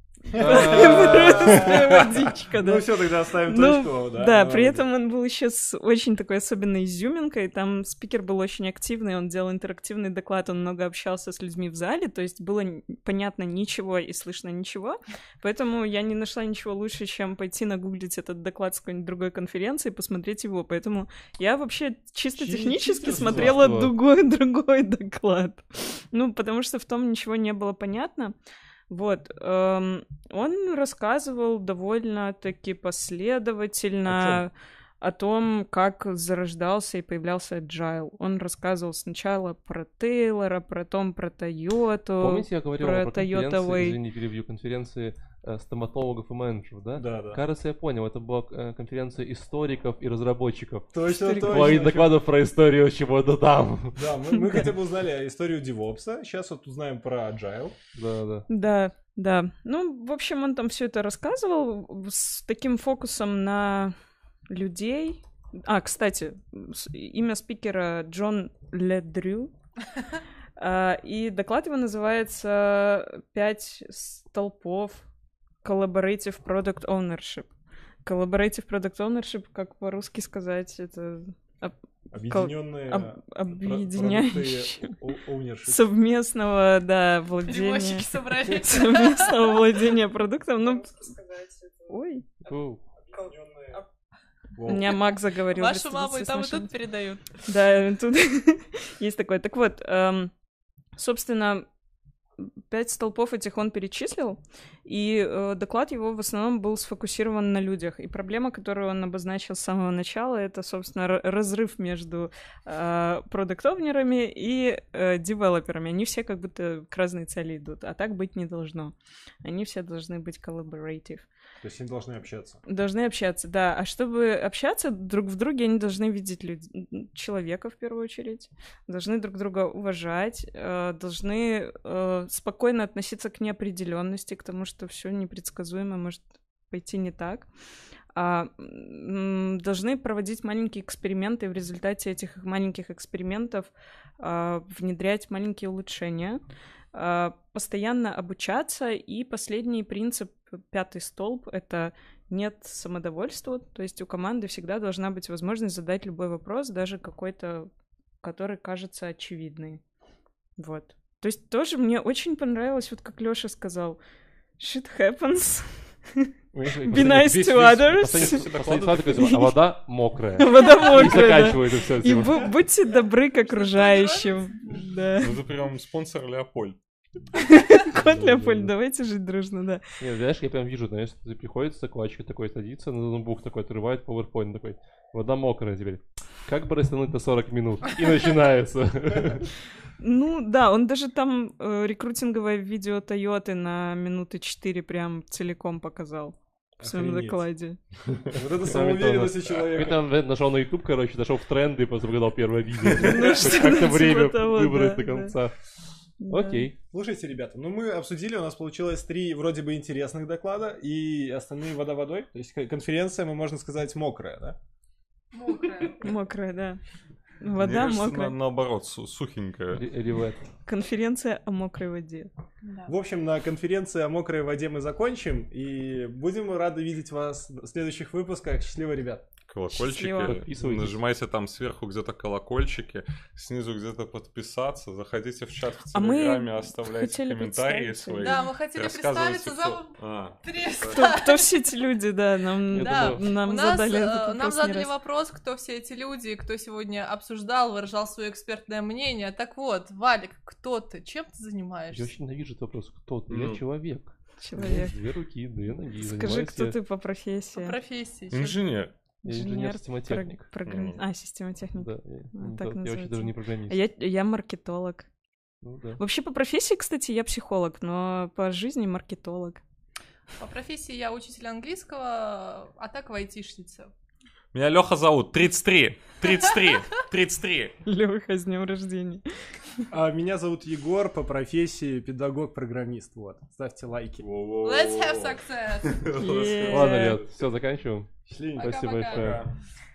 Водичка, да. Ну все, тогда оставим точку. Да, при этом он был еще с очень такой особенной изюминкой. Там спикер был очень активный, он делал интерактивный доклад, он много общался с людьми в зале, то есть было понятно ничего и слышно ничего. Поэтому я не нашла ничего лучше, чем пойти нагуглить этот доклад с какой-нибудь другой конференции и посмотреть его. Поэтому я вообще чисто технически смотрела другой доклад. Ну, потому что в том ничего не было понятно. Вот, он рассказывал довольно-таки последовательно о том, как зарождался и появлялся Agile. Он рассказывал сначала про Тейлора, про Тойоту. Помните, я говорил про конференции, извини, перебью, конференции стоматологов и менеджеров, да? Да. Кажется, я понял, это была конференция историков и разработчиков. Точно. Твои докладов про историю чего-то там. Да, мы хотя бы узнали историю DevOps, сейчас вот узнаем про Agile. Да. Ну, в общем, он там все это рассказывал с таким фокусом на людей. Кстати, имя спикера Джон Ледрю. И доклад его называется «5 столпов Collaborative Product Ownership». Collaborative Product Ownership, как по-русски сказать, это... Объединяющие совместного, владения... Совместного владения продуктом. Ну, ой. У меня Мак заговорил. Вашу маму и там и тут передают. Да, тут есть такое. Так вот, собственно, 5 столпов этих он перечислил, и доклад его в основном был сфокусирован на людях. И проблема, которую он обозначил с самого начала, это, собственно, разрыв между продакт-овнерами и девелоперами. Они все как будто к разной цели идут, а так быть не должно. Они все должны быть collaborative. То есть они должны общаться. Должны общаться, да. А чтобы общаться друг в друге, они должны видеть человека в первую очередь, должны друг друга уважать, должны спокойно относиться к неопределенности, к тому, что все непредсказуемо может пойти не так. Должны проводить маленькие эксперименты, и в результате этих маленьких экспериментов внедрять маленькие улучшения, постоянно обучаться. И последний принцип, 5-й столб, это нет самодовольства, то есть у команды всегда должна быть возможность задать любой вопрос, даже какой-то, который кажется очевидный. Вот. То есть тоже мне очень понравилось, вот как Лёша сказал, shit happens. Be nice to others. А вода мокрая. Вода мокрая, и заканчивает это все. И будьте добры к окружающим. Да. Это прям спонсор Леопольд. Кот Леопольд, давайте жить дружно, да. Нет, знаешь, я прям вижу, знаешь, ты приходит с закладчиком такой, садится на ноутбук такой, отрывает PowerPoint такой, вода мокрая теперь. Как бы растянуть на 40 минут? И начинается. Ну да, он даже там рекрутинговое видео Тойоты на минуты 4 прям целиком показал в своем докладе. Вот это самоуверенность у человека. Я там нашел на YouTube, короче, зашел в тренды и просто показал первое видео. Как-то время выбрать до конца. Окей. Слушайте, ребята, мы обсудили, у нас получилось 3 вроде бы интересных доклада, и остальные вода водой. То есть конференция, мы, можно сказать, мокрая, да? Мокрая, да. Вода мокрая. Наоборот, сухенькая. Конференция о мокрой воде. Да. В общем, на конференции о мокрой воде мы закончим, и будем рады видеть вас в следующих выпусках. Счастливо, ребят! Колокольчики. Нажимайте там сверху где-то колокольчики, снизу где-то подписаться, заходите в чат в Телеграме, оставляйте комментарии свои. Да, мы хотели представиться кто все эти люди, да, нам задали вопрос, кто все эти люди, кто сегодня обсуждал, выражал свое экспертное мнение. Так вот, Валик, кто ты? Чем ты занимаешься? Я очень ненавижу этот вопрос. Кто ты? Я человек. 2 руки, 2 ноги. Скажи, кто ты по профессии? По профессии. Инженер. Я инженер-системотехник. Системотехник. Да, я вообще даже не программист. Я маркетолог. Вообще по профессии, кстати, я психолог, но по жизни маркетолог. По профессии я учитель английского, а так айтишница. Меня Лёха зовут, 33. Лёха, с днем рождения. Меня зовут Егор, по профессии педагог-программист. Вот, ставьте лайки. Let's have success! Ладно, ребят, все, заканчиваем. Счастливенько. Спасибо большое.